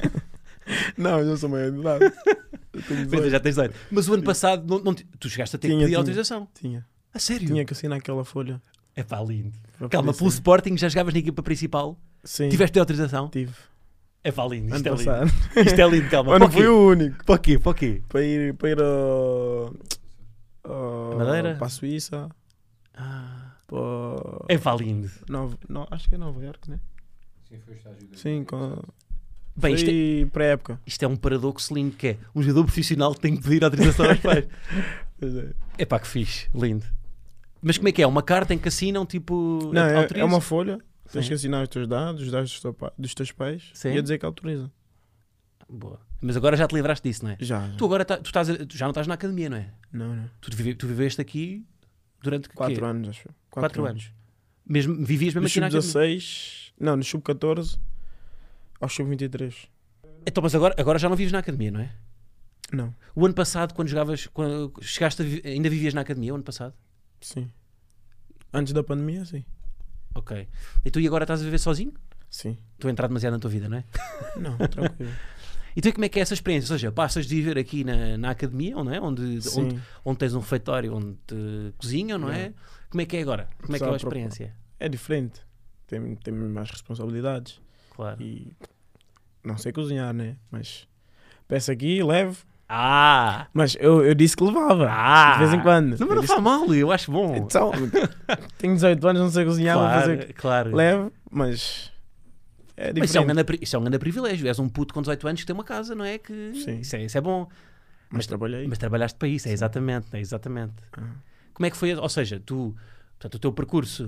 Não, eu não sou maior de idade. Eu tenho Pois é, dezoito. já tens dezoito. Mas o ano passado não, não ti- tu chegaste a ter que Tinha, pedir tinha. autorização. Tinha. A sério? Tinha que assinar aquela folha. É pá, lindo. para Calma, poder pelo sair. Sporting já jogavas na equipa principal. Sim. Tiveste de ter autorização? Tive. É pá, lindo. Isto Ano é lindo. passado. Isto é lindo, calma. Mas Para não o fui quê? o único. Para o quê? Para o quê? Para ir, para ir ao- ao- Madeira? para a Suíça. Ah, Para. é pá, lindo. Nova, no, acho que é Nova Iorque, né? Sim, foi o estágio da Sim, com. Bem, isto é, Foi pré-época. isto é um paradoxo lindo que é um jogador profissional que tem que pedir autorização aos pais. Pois é. É pá, que fixe. Lindo. Mas como é que é? Uma carta em que assinam, tipo... Não, é, autoriza? é uma folha. Tens Sim. que assinar os teus dados, os dados dos, teu pa- dos teus pais Sim. e a dizer que autoriza. Boa. Mas agora já te livraste disso, não é? Já. Tu agora tá- tu estás a- tu já não estás na academia, não é? Não, não. Tu, vive- tu viveste aqui durante quê? Quatro anos, acho. Quatro anos. Mesmo, vivias mesmo Do aqui na sub academia? dezasseis. Não, do sub catorze ao sub vinte e três. Então, mas agora, agora já não vives na academia, não é? Não. O ano passado, quando jogavas, quando chegaste a vi- ainda vivias na academia, o ano passado? Sim. Antes da pandemia, sim. Ok. E tu e agora estás a viver sozinho? Sim. Estou a entrar demasiado na tua vida, não é? Não, tranquilo. Então como é que é essa experiência? Ou seja, passas de viver aqui na, na academia, não é? Onde, Sim. onde, onde tens um refeitório, onde te cozinham, não é? Yeah. Como é que é agora? Como é que é a Começar a propor- experiência? É diferente. Tem, tem mais responsabilidades. Claro. E não sei cozinhar, né? Mas peço aqui, levo. Ah! Mas eu, eu disse que levava. Ah! De vez em quando. Não, mas Eu não disse- faz mal, eu acho bom. Então, tenho dezoito anos, não sei cozinhar, vou claro, fazer. claro. Levo, mas é Mas isso é, um diferente. grande, pri- isso é um grande privilégio. És um puto com dezoito anos que tem uma casa, não é? Que Sim. Isso, é, isso é bom. Mas trabalhei. Mas trabalhaste para isso, é Sim. exatamente, é exatamente. Ah. Como é que foi? Ou seja, tu, portanto, o teu percurso,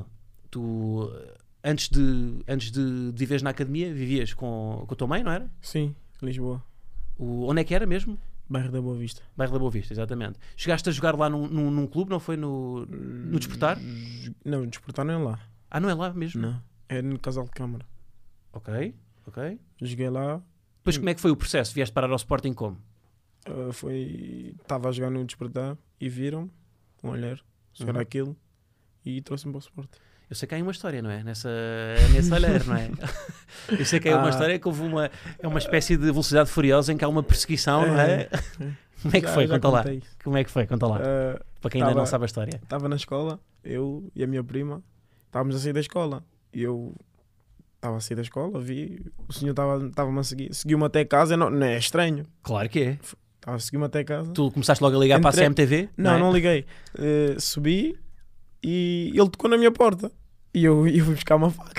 tu antes de, antes de, de viveres na academia, vivias com, com a tua mãe, não era? Sim, Lisboa. O, onde é que era mesmo? Bairro da Boa Vista. Bairro da Boa Vista, exatamente. Chegaste a jogar lá num, num, num clube, não foi no, no Despertar? Não, o Despertar não é lá. Ah, não é lá mesmo? Não. É no Casal de Câmara. Ok, ok. Joguei lá. Depois como é que foi o processo? Vieste parar ao Sporting como? Uh, foi. Estava a jogar no Despertar e viram um olhar sobre Uhum. aquilo e trouxe-me para o Sporting. Eu sei que há aí uma história, não é? Nessa, nesse olhar, não é? Eu sei que há aí uma Ah. história que houve uma, é uma espécie de velocidade furiosa em que há uma perseguição, não é? Como é que Já- foi? já Conta lá. contei. Como é que foi? Conta lá. Uh, Para quem ainda tava- não sabe a história. Estava na escola, eu e a minha prima, estávamos a sair da escola. E eu estava a sair da escola, vi, o senhor estava-me a seguir, seguiu-me até casa, não, não é estranho. Claro que é. Estava a seguir-me até casa. Tu começaste logo a ligar para a Entre- C M T V? Não, é? não liguei. Uh, subi e ele tocou na minha porta. E eu, eu fui buscar uma faca.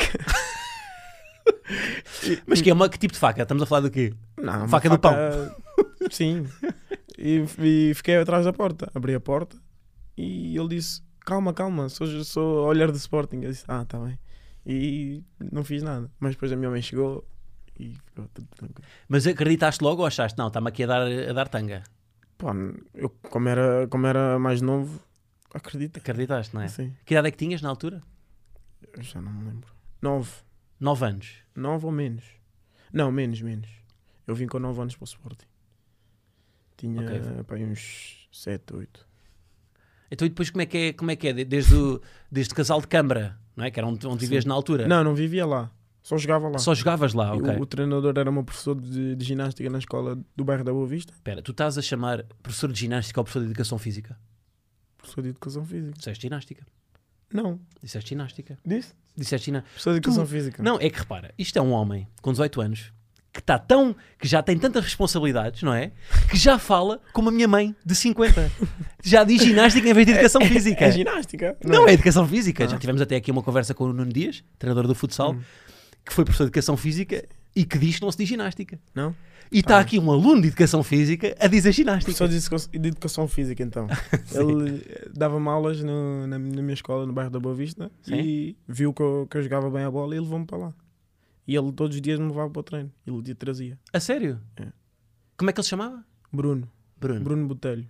Mas que é uma, que tipo de faca? Estamos a falar do quê? Não, uma Faca do pão. Sim. E, e fiquei atrás da porta. Abri a porta e ele disse: calma, calma, sou, sou olhar do Sporting. Eu disse: ah, tá bem. E não fiz nada. Mas depois a minha mãe chegou e ficou tudo tranquilo. Mas acreditaste logo ou achaste? Não, está-me aqui a dar, a dar tanga. Pô, eu, como era, como era mais novo, acredito. Acreditaste, não é? Sim. Que idade é que tinhas na altura? Eu já não me lembro. Nove. Nove anos. Nove ou menos? Não, menos, menos. Eu vim com nove anos para o Sporting. Tinha Ok. pá, uns sete, oito. Então e depois como é que é? Como é, que é? De- Desde o desde o casal de Câmara, não é? Que era onde, onde Sim. vivias na altura. Não, não vivia lá. Só jogava lá. Só jogavas lá, E ok. o, o treinador era meu professor de, de ginástica na escola do bairro da Boa Vista. Espera, tu estás a chamar professor de ginástica ou professor de educação física? Professor de educação física. Disseste ginástica. Não. Disseste ginástica. Disse? Disseste ginástica. Professor de educação Tu- física. Não, é que repara, isto é um homem com dezoito anos que está tão, que já tem tantas responsabilidades, não é? Que já fala como a minha mãe de cinquenta. Já diz ginástica em vez de educação física. É ginástica. Não, é educação física. Ah. Já tivemos até aqui uma conversa com o Nuno Dias, treinador do futsal, Hum. que foi professor de educação física e que diz que não se diz ginástica. Não? E está Ah. aqui um aluno de educação física a dizer ginástica. Professor de educação- de educação física, então. Ele eh, dava-me aulas no- na, na minha escola, no bairro da Boa Vista, Sim. e viu que eu, que eu jogava bem a bola e levou-me para lá. E ele todos os dias me levava para o treino. Ele te trazia. A sério? É. Como é que ele se chamava? Bruno. Bruno. Bruno Botelho.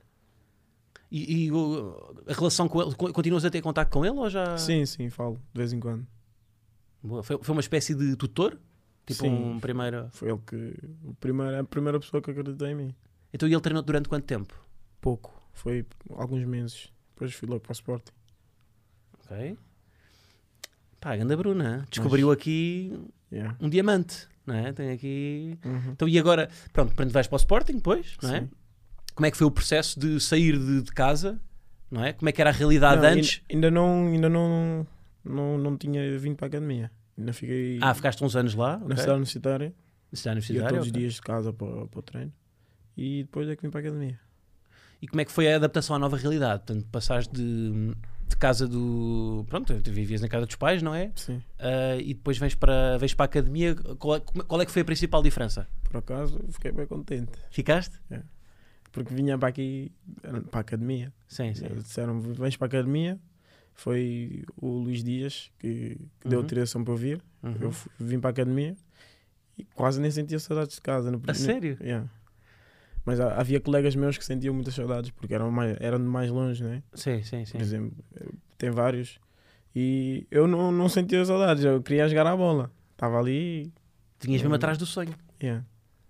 E, e o- a relação com ele, co- continuas a ter contato com ele ou já? Sim, sim, falo, de vez em quando. Boa. Foi, foi uma espécie de tutor? Tipo Sim. um primeiro... Foi ele que. O primeiro, a primeira pessoa que acreditou em mim. Então e ele treinou durante quanto tempo? Pouco. Foi alguns meses. Depois fui logo para o Sporting. Ok. Pá, a ganda Bruna, descobriu aqui Yeah. um diamante, não é? Tem aqui... Uhum. Então e agora, pronto, pronto, vais para o Sporting depois, não é? Sim. Como é que foi o processo de sair de, de casa, não é? Como é que era a realidade Não, antes? Ainda, ainda não, ainda não, não, não tinha vindo para a academia. Ainda fiquei Ah, ficaste uns anos lá, na ok. cidade universitária. Cidade Ia universitária, todos os ok. dias de casa para, para o treino. E depois é que vim para a academia. E como é que foi a adaptação à nova realidade? Portanto, passaste de, de casa do... Pronto, tu vivias na casa dos pais, não é? Sim. Ah, e depois vens para, vens para a academia. Qual é, qual é que foi a principal diferença? Por acaso fiquei bem contente. Ficaste? Porque vinha para aqui, para a academia. Sim, sim. Eles disseram, vens para a academia. Foi o Luís Dias que, que deu Uhum. autorização para eu vir. Uhum. Eu fui- vim para a academia e quase nem sentia saudades de casa. No, A sério? Yeah. Mas há- havia colegas meus que sentiam muitas saudades porque eram, mais, eram de mais longe, né? Sim, sim, sim. Por exemplo, tem vários. E eu não, não sentia saudades, eu queria jogar a bola. Estava ali. Tinhas mesmo Hum. atrás do sonho. Yeah.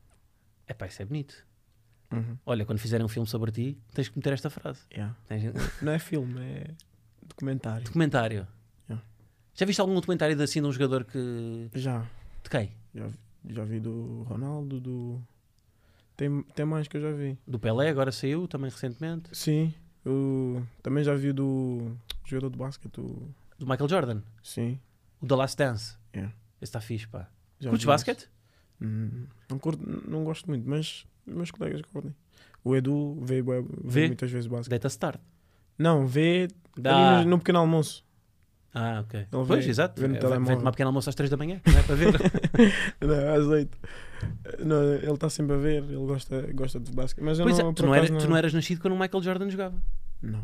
Epá, isso é bonito. Uhum. Olha, quando fizerem um filme sobre ti, tens que meter esta frase. Yeah. Tens... Não é filme, é documentário. Documentário. Yeah. Já viste algum documentário de, assim, de um jogador que... Já, De quem? já, já vi do Ronaldo, do. Tem, tem mais que eu já vi. Do Pelé, agora saiu, também recentemente. Sim, eu também já vi do jogador de basquete. O... Do Michael Jordan. Sim, O The Last Dance. Yeah. Esse está fixe, pá. já Curtes vi basquete? esse. Hum, não, curto, não gosto muito, mas os meus colegas curtem. O Edu vê, bué- vê, Vê? muitas vezes basquete. Deita-se tarde. Não, vê Dá. ali no, no pequeno almoço. Ah, ok. Ele Pois, vê- exato. vê no É, telemóvel. Vem tomar pequeno almoço às três da manhã, não é? Para ver. Não, às oito. Não, ele está sempre a ver, ele gosta, gosta de basquete. Mas eu Pois não, é, por tu não, acaso eras, tu não eras nascido quando o Michael Jordan jogava. Não.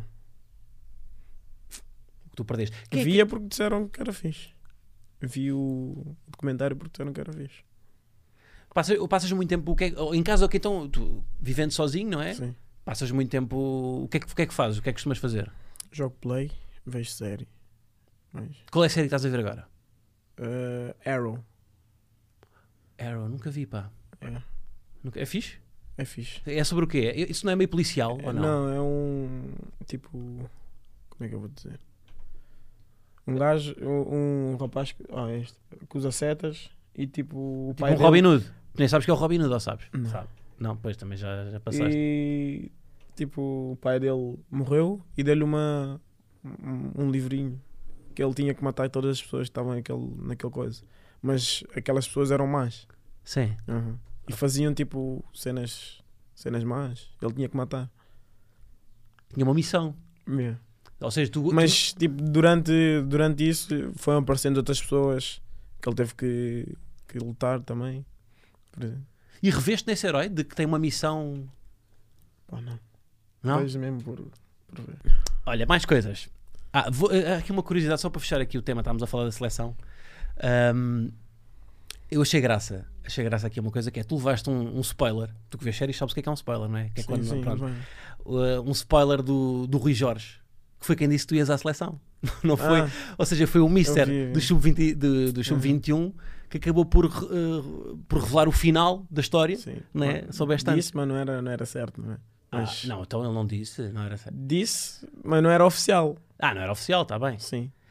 Tu perdeste. Quem é que- Via porque disseram que era fixe. Vi o documentário porque disseram que era fixe. Passas, passas muito tempo o que é- em casa, ok, então, tu, vivendo sozinho, não é? Sim. Passas muito tempo. O que, é que, o que é que fazes? O que é que costumas fazer? Jogo play, vejo série. Mas, Qual é a série que estás a ver agora? eh, Arrow. Arrow, nunca vi, pá. É, Nunca- É fixe? é fixe. É sobre o quê? Isso não é meio policial ou não? é um tipo. Como é que eu vou dizer? Um gajo, um, um rapaz que, ah, é este, que usa setas e tipo o Tipo pai um dele- Robin Hood. Tu nem sabes que é o Robin Hood, ou sabes? Não. Sabe. Não, pois também já, já passaste. E tipo o pai dele morreu e deu-lhe uma um, um livrinho que ele tinha que matar todas as pessoas que estavam naquele, naquele coisa. Mas aquelas pessoas eram más. Sim. Uhum. E faziam tipo cenas, cenas más. Ele tinha que matar. Tinha uma missão. Yeah. Ou seja, tu. tu- Mas tipo, durante, durante isso foram aparecendo outras pessoas que ele teve que, que lutar também. Por exemplo. E reveste nesse herói de que tem uma missão. Pá, não. Não? Vejo mesmo por, por ver. Olha, mais coisas. Ah, vou- ah, aqui uma curiosidade, só para fechar aqui o tema, estávamos a falar da seleção. Ahm, eu achei graça. Achei graça aqui uma coisa que é: tu levaste um, um spoiler. Tu que vês séries sabes o que é que é um spoiler, não é? Que é Sim, quando, sim, pronto, bem. uh, um spoiler do, do Rui Jorge, que foi quem disse que tu ias à seleção. Não foi? Ah, Ou seja, foi o mister vi, vi. do sub vinte, do, do sub vinte e um que acabou por, uh, por revelar o final da história. sim. Né? Mas Soubeste antes. disse, mas não era, não era certo, não é? Ah, Mas não, então ele não disse, não era certo. disse, mas não era oficial. Ah, não era oficial, está bem. Sim.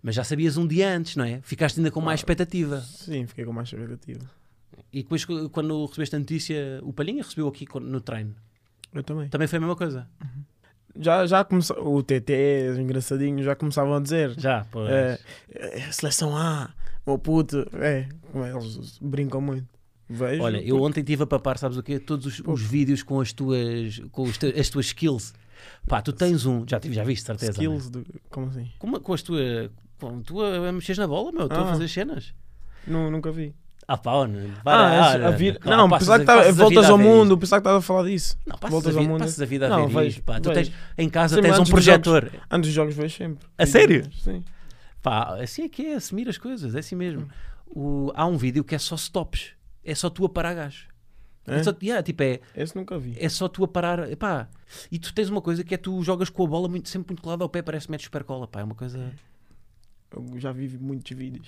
Mas já sabias um dia antes, não é? Ficaste ainda com mais expectativa. Sim, fiquei com mais expectativa. E depois, quando recebeste a notícia, o Palhinha recebeu aqui no treino. Eu também. Também foi a mesma coisa? Já, já começou, o T T, os engraçadinhos, já começavam a dizer. Já, pois. É, é, seleção A, meu puto. É, como eles brincam muito. Vejo. Olha, eu ontem estive a papar, sabes o quê? Todos os, os vídeos com as tuas, com os te, as tuas skills. Pá, tu tens um, já, tive, já viste, certeza. Skills, do, como assim? Com, com as tuas. Com, tu a, a mexeres na bola, meu, tu a Ah. fazer cenas. Não, nunca vi. Ah, pá, olha, Ah, para, a olha, vida- claro, não, passas pensava a- que tava, passas a voltas vida a ao ver mundo, isto. pensava que estava a falar disso. Não, passas, voltas a, ao vida, mundo. passas a vida a Não, ver vejo, isto, pá. Tu vejo. tens, em casa Sempre tens um antes dos projetor. Antes dos jogos vejo sempre. A sério? Sim. Pá, assim é que é, assumir as coisas, é assim mesmo. O, há um vídeo que é só stops. É só tu a parar gajo. É? É? só, yeah, tipo, é, Esse nunca vi. é só tu a parar. Epá, e tu tens uma coisa que é tu jogas com a bola muito, sempre muito colado ao pé, parece que metes super cola. Pá, é uma coisa. Eu já vi muitos vídeos.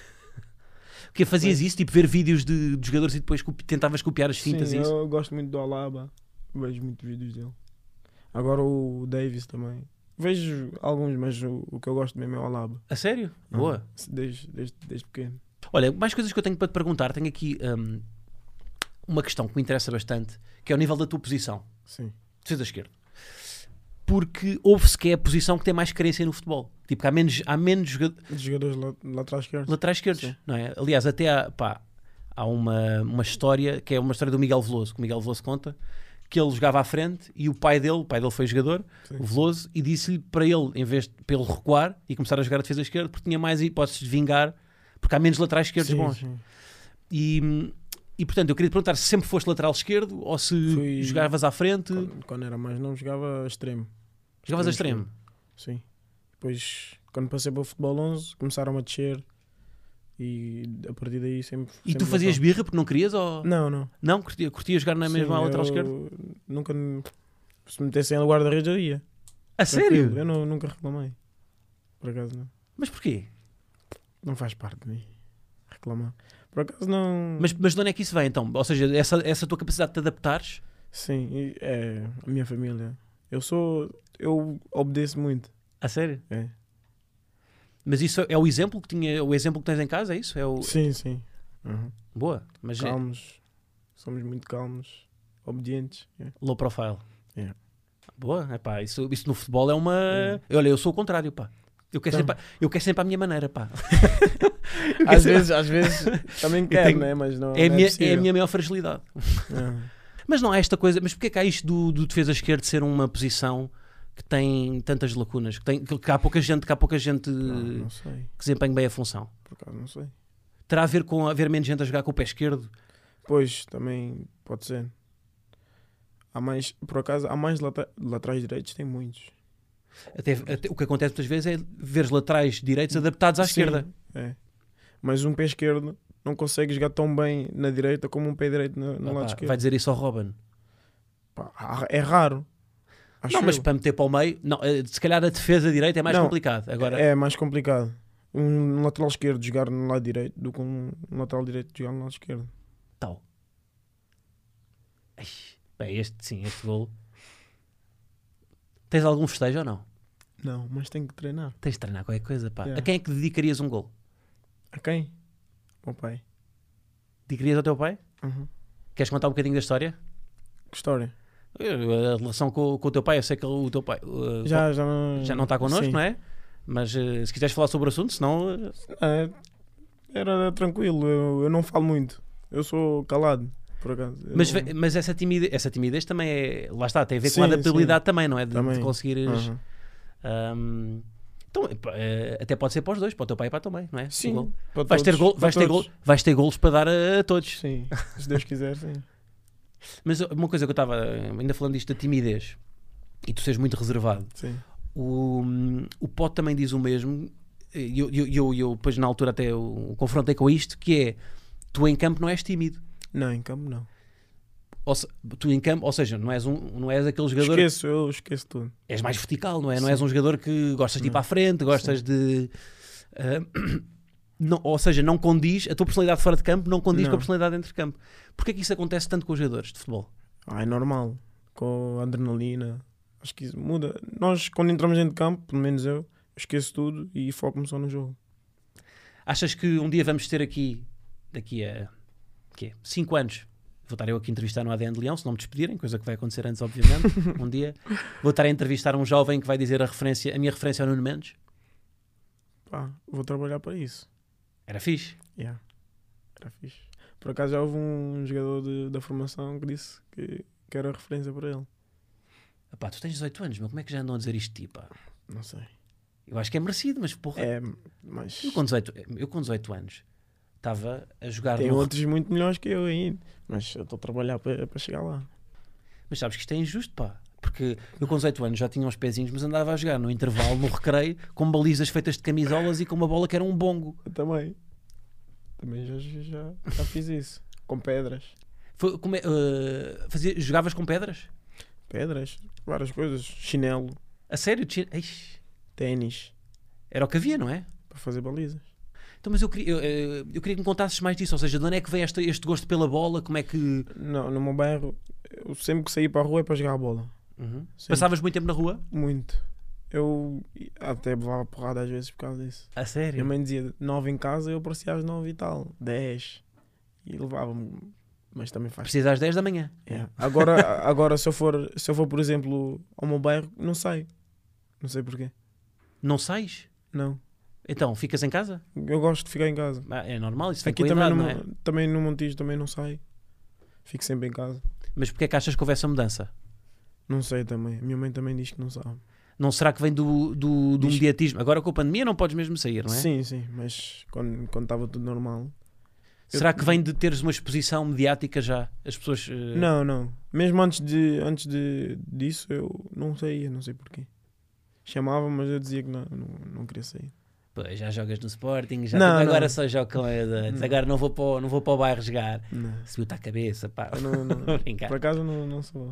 Porque fazias isso, tipo, ver vídeos de, de jogadores e depois copi- tentavas copiar as fintas Sim, e isso. eu gosto muito do Alaba. Vejo muitos vídeos dele. Agora o Davis também. Vejo alguns, mas o, o que eu gosto mesmo é o Alaba. A sério? Boa. Ah, Desde, desde, desde pequeno. Olha, mais coisas que eu tenho para te perguntar. Tenho aqui hum, uma questão que me interessa bastante, que é o nível da tua posição. Sim. Defesa esquerda. Porque ouve-se que é a posição que tem mais carência no futebol. Tipo, que há menos, há menos joga- Os jogadores lá, lá atrás esquerdos. laterais esquerdos, Sim. não é? Aliás, até há, pá, há uma, uma história, que é uma história do Miguel Veloso, que o Miguel Veloso conta, que ele jogava à frente e o pai dele, o pai dele foi jogador, Sim. o Veloso, e disse-lhe para ele, em vez de para ele recuar e começar a jogar a defesa esquerda, porque tinha mais hipóteses de vingar, porque há menos laterais esquerdos Sim, bons. sim. E, e portanto, eu queria te perguntar se sempre foste lateral esquerdo ou se Fui- jogavas à frente. Quando, quando era mais não jogava extremo. Jogavas a extremo. Sim. Depois, quando passei para o futebol onze, começaram a descer e a partir daí sempre. E sempre tu fazias lateral. birra porque não querias ou Não, não. não? Curtia, curtia jogar na mesma Sim, lateral eu esquerda? Nunca. Se me metessem em lugar da rede, eu ia. A Tranquilo. sério? Eu não, nunca reclamei. Por acaso não. Mas porquê? Não faz parte de mim reclamar. Por acaso não. Mas, mas de onde é que isso vem então? Ou seja, essa, essa tua capacidade de te adaptares? Sim, e é a minha família. Eu sou. Eu obedeço muito. A sério? É. Mas isso é o exemplo que tinha, o exemplo que tens em casa, é isso? É o... Sim, sim. Uhum. Boa, mas é Calmos. Somos muito calmos. Obedientes. É. low profile. É. Boa, é pá, isso, isso no futebol é uma. É. Olha, eu sou o contrário, pá. Eu quero, Então. sempre, eu quero sempre à minha maneira, pá. Eu quero Às sempre- vezes, às vezes também quero, tenho- né? Mas não. é, a não minha, é possível. a minha maior fragilidade. Ah. Mas não há esta coisa. Mas porquê que há isto do, do defesa esquerdo ser uma posição que tem tantas lacunas? Que, tem, que, que há pouca gente, que há pouca gente Não, não sei. que desempenhe bem a função. Por acaso não sei. Terá a ver com haver menos gente a jogar com o pé esquerdo? Pois, também pode ser. Há mais, por acaso, há mais lata- laterais direitos, tem muitos. Até, até- o que acontece muitas vezes é ver os laterais direitos adaptados à Sim, esquerda. É. Mas um pé esquerdo não consegue jogar tão bem na direita como um pé direito no, no Ah, lado pá, esquerdo. vai dizer isso ao Robin. Pá, há- é raro. Acho Não, mas eu. para meter para o meio, não, eh, se calhar a defesa direita é mais Não, complicado. Agora, É mais complicado. Um lateral esquerdo jogar no lado direito do que um lateral direito jogar no lado esquerdo. tal. Ai, bem, este sim, este gol. Tens algum festejo ou não? Não, mas tem que treinar. Tens de treinar qualquer coisa, pá. Yeah. A quem é que dedicarias um gol? A quem? Meu pai. Dedicarias ao teu pai? Uhum. Queres contar um bocadinho da história? Que história? Eh, A relação com, com o teu pai, eu sei que o teu pai eh, Já, já não... já não está connosco, Sim. não é? Mas eh, se quiseres falar sobre o assunto, senão. eh, É, era tranquilo, eu, eu não falo muito. Eu sou calado, por acaso. Eu Mas, não- ve- mas essa, timidez, essa timidez também é. Lá está, tem a ver com Sim, a adaptabilidade também, não é? De, Também. de conseguires. Uhum. ahm, então, eh, até pode ser para os dois, para o teu pai e para a tua mãe, não é? O Sim, gol. para Vais ter, todos, gol, para vais, ter todos. gol, vais ter golos para dar a, a todos. Sim, se Deus quiser, sim. Mas uma coisa que eu estava, ainda falando disto da timidez, e tu seres muito reservado, sim. o, o Pote também diz o mesmo, e eu, eu, eu, eu depois na altura até o confrontei com isto, que é, tu em campo não és tímido. Não, em campo não. Ou, se- tu em campo, ou seja, não és, um, não és aquele jogador... Esqueço, eu esqueço tudo. És mais vertical, não é? Não Sim. és um jogador que gostas de ir Não. para a frente, gostas de... ah, não, ou seja, não condiz, a tua personalidade fora de campo não condiz Não. com a personalidade dentro de campo. Porquê é que isso acontece tanto com os jogadores de futebol? Ah, é normal. Com a adrenalina. Acho que isso muda. Nós, quando entramos dentro de campo, pelo menos eu, esqueço tudo e foco-me só no jogo. Achas que um dia vamos ter aqui, daqui a quê? cinco anos, vou estar eu aqui a entrevistar no A D N de Leão, se não me despedirem, coisa que vai acontecer antes, obviamente, um dia, vou estar a entrevistar um jovem que vai dizer a, referência, a minha referência ao Nuno Mendes? Pá, vou trabalhar para isso. Era fixe. Yeah. Era fixe. Por acaso já houve um jogador de- da formação que disse que, que era referência para ele. Epá, tu tens dezoito anos, meu, como é que já andam a dizer isto de ti, pá? Não sei. Eu acho que é merecido, mas porra, É, mas eu, com dezoito, eu com dezoito anos estava a jogar tem no... outros muito melhores que eu ainda. Mas eu estou a trabalhar para, para chegar lá. Mas sabes que isto é injusto, pá. Porque eu com dezoito anos já tinha uns pezinhos, mas andava a jogar no intervalo, no recreio, com balizas feitas de camisolas e com uma bola que era um bongo. Eu também. Também já, já, já fiz isso. Com pedras. Foi, como é, eh, fazia, jogavas com pedras? Pedras, várias coisas. Chinelo, A sério? Tinha- Eish, ténis, era o que havia, não é? para fazer balizas. Então, mas eu queria, eu, eh, eu queria que me contasses mais disso. Ou seja, de onde é que vem este, este gosto pela bola? Como é que... Não, no meu bairro, eu sempre que saí para a rua é para jogar a bola. Uhum. Sempre. Passavas muito tempo na rua? Muito. Eu até levava porrada às vezes por causa disso. A sério? Minha mãe dizia nove em casa, eu aparecia às nove e tal, dez. E levava-me. Mas também faz. Precisa às dez da manhã. Yeah. Agora, agora se, eu for, se eu for, por exemplo, ao meu bairro, não saio. Não sei porquê. Não sais? Não. Então, ficas em casa? Eu gosto de ficar em casa. Ah, é normal, isso vem Aqui com a também, idade, no, não é? Mon- também no Montijo também não saio. Fico sempre em casa. Mas porquê é que achas que houve essa mudança? Não sei também. A minha mãe também diz que não sabe. Não será que vem do, do, do Diz- mediatismo? Agora com a pandemia não podes mesmo sair, não é? Sim, sim. Mas quando quando estava tudo normal. Será Eu- que vem de teres uma exposição mediática já? As pessoas... eh, Não, não. Mesmo antes, de, antes de, disso, eu não saía, não sei porquê. Chamava, mas eu dizia que não, não, não queria sair. Pois, já jogas no Sporting, já Não, agora não. só jogo com eles. Não. Agora não vou, para o, não vou para o bairro jogar. Não. Subiu-te à cabeça, pá. Eu não, não- Vou brincar. por acaso não, não sou.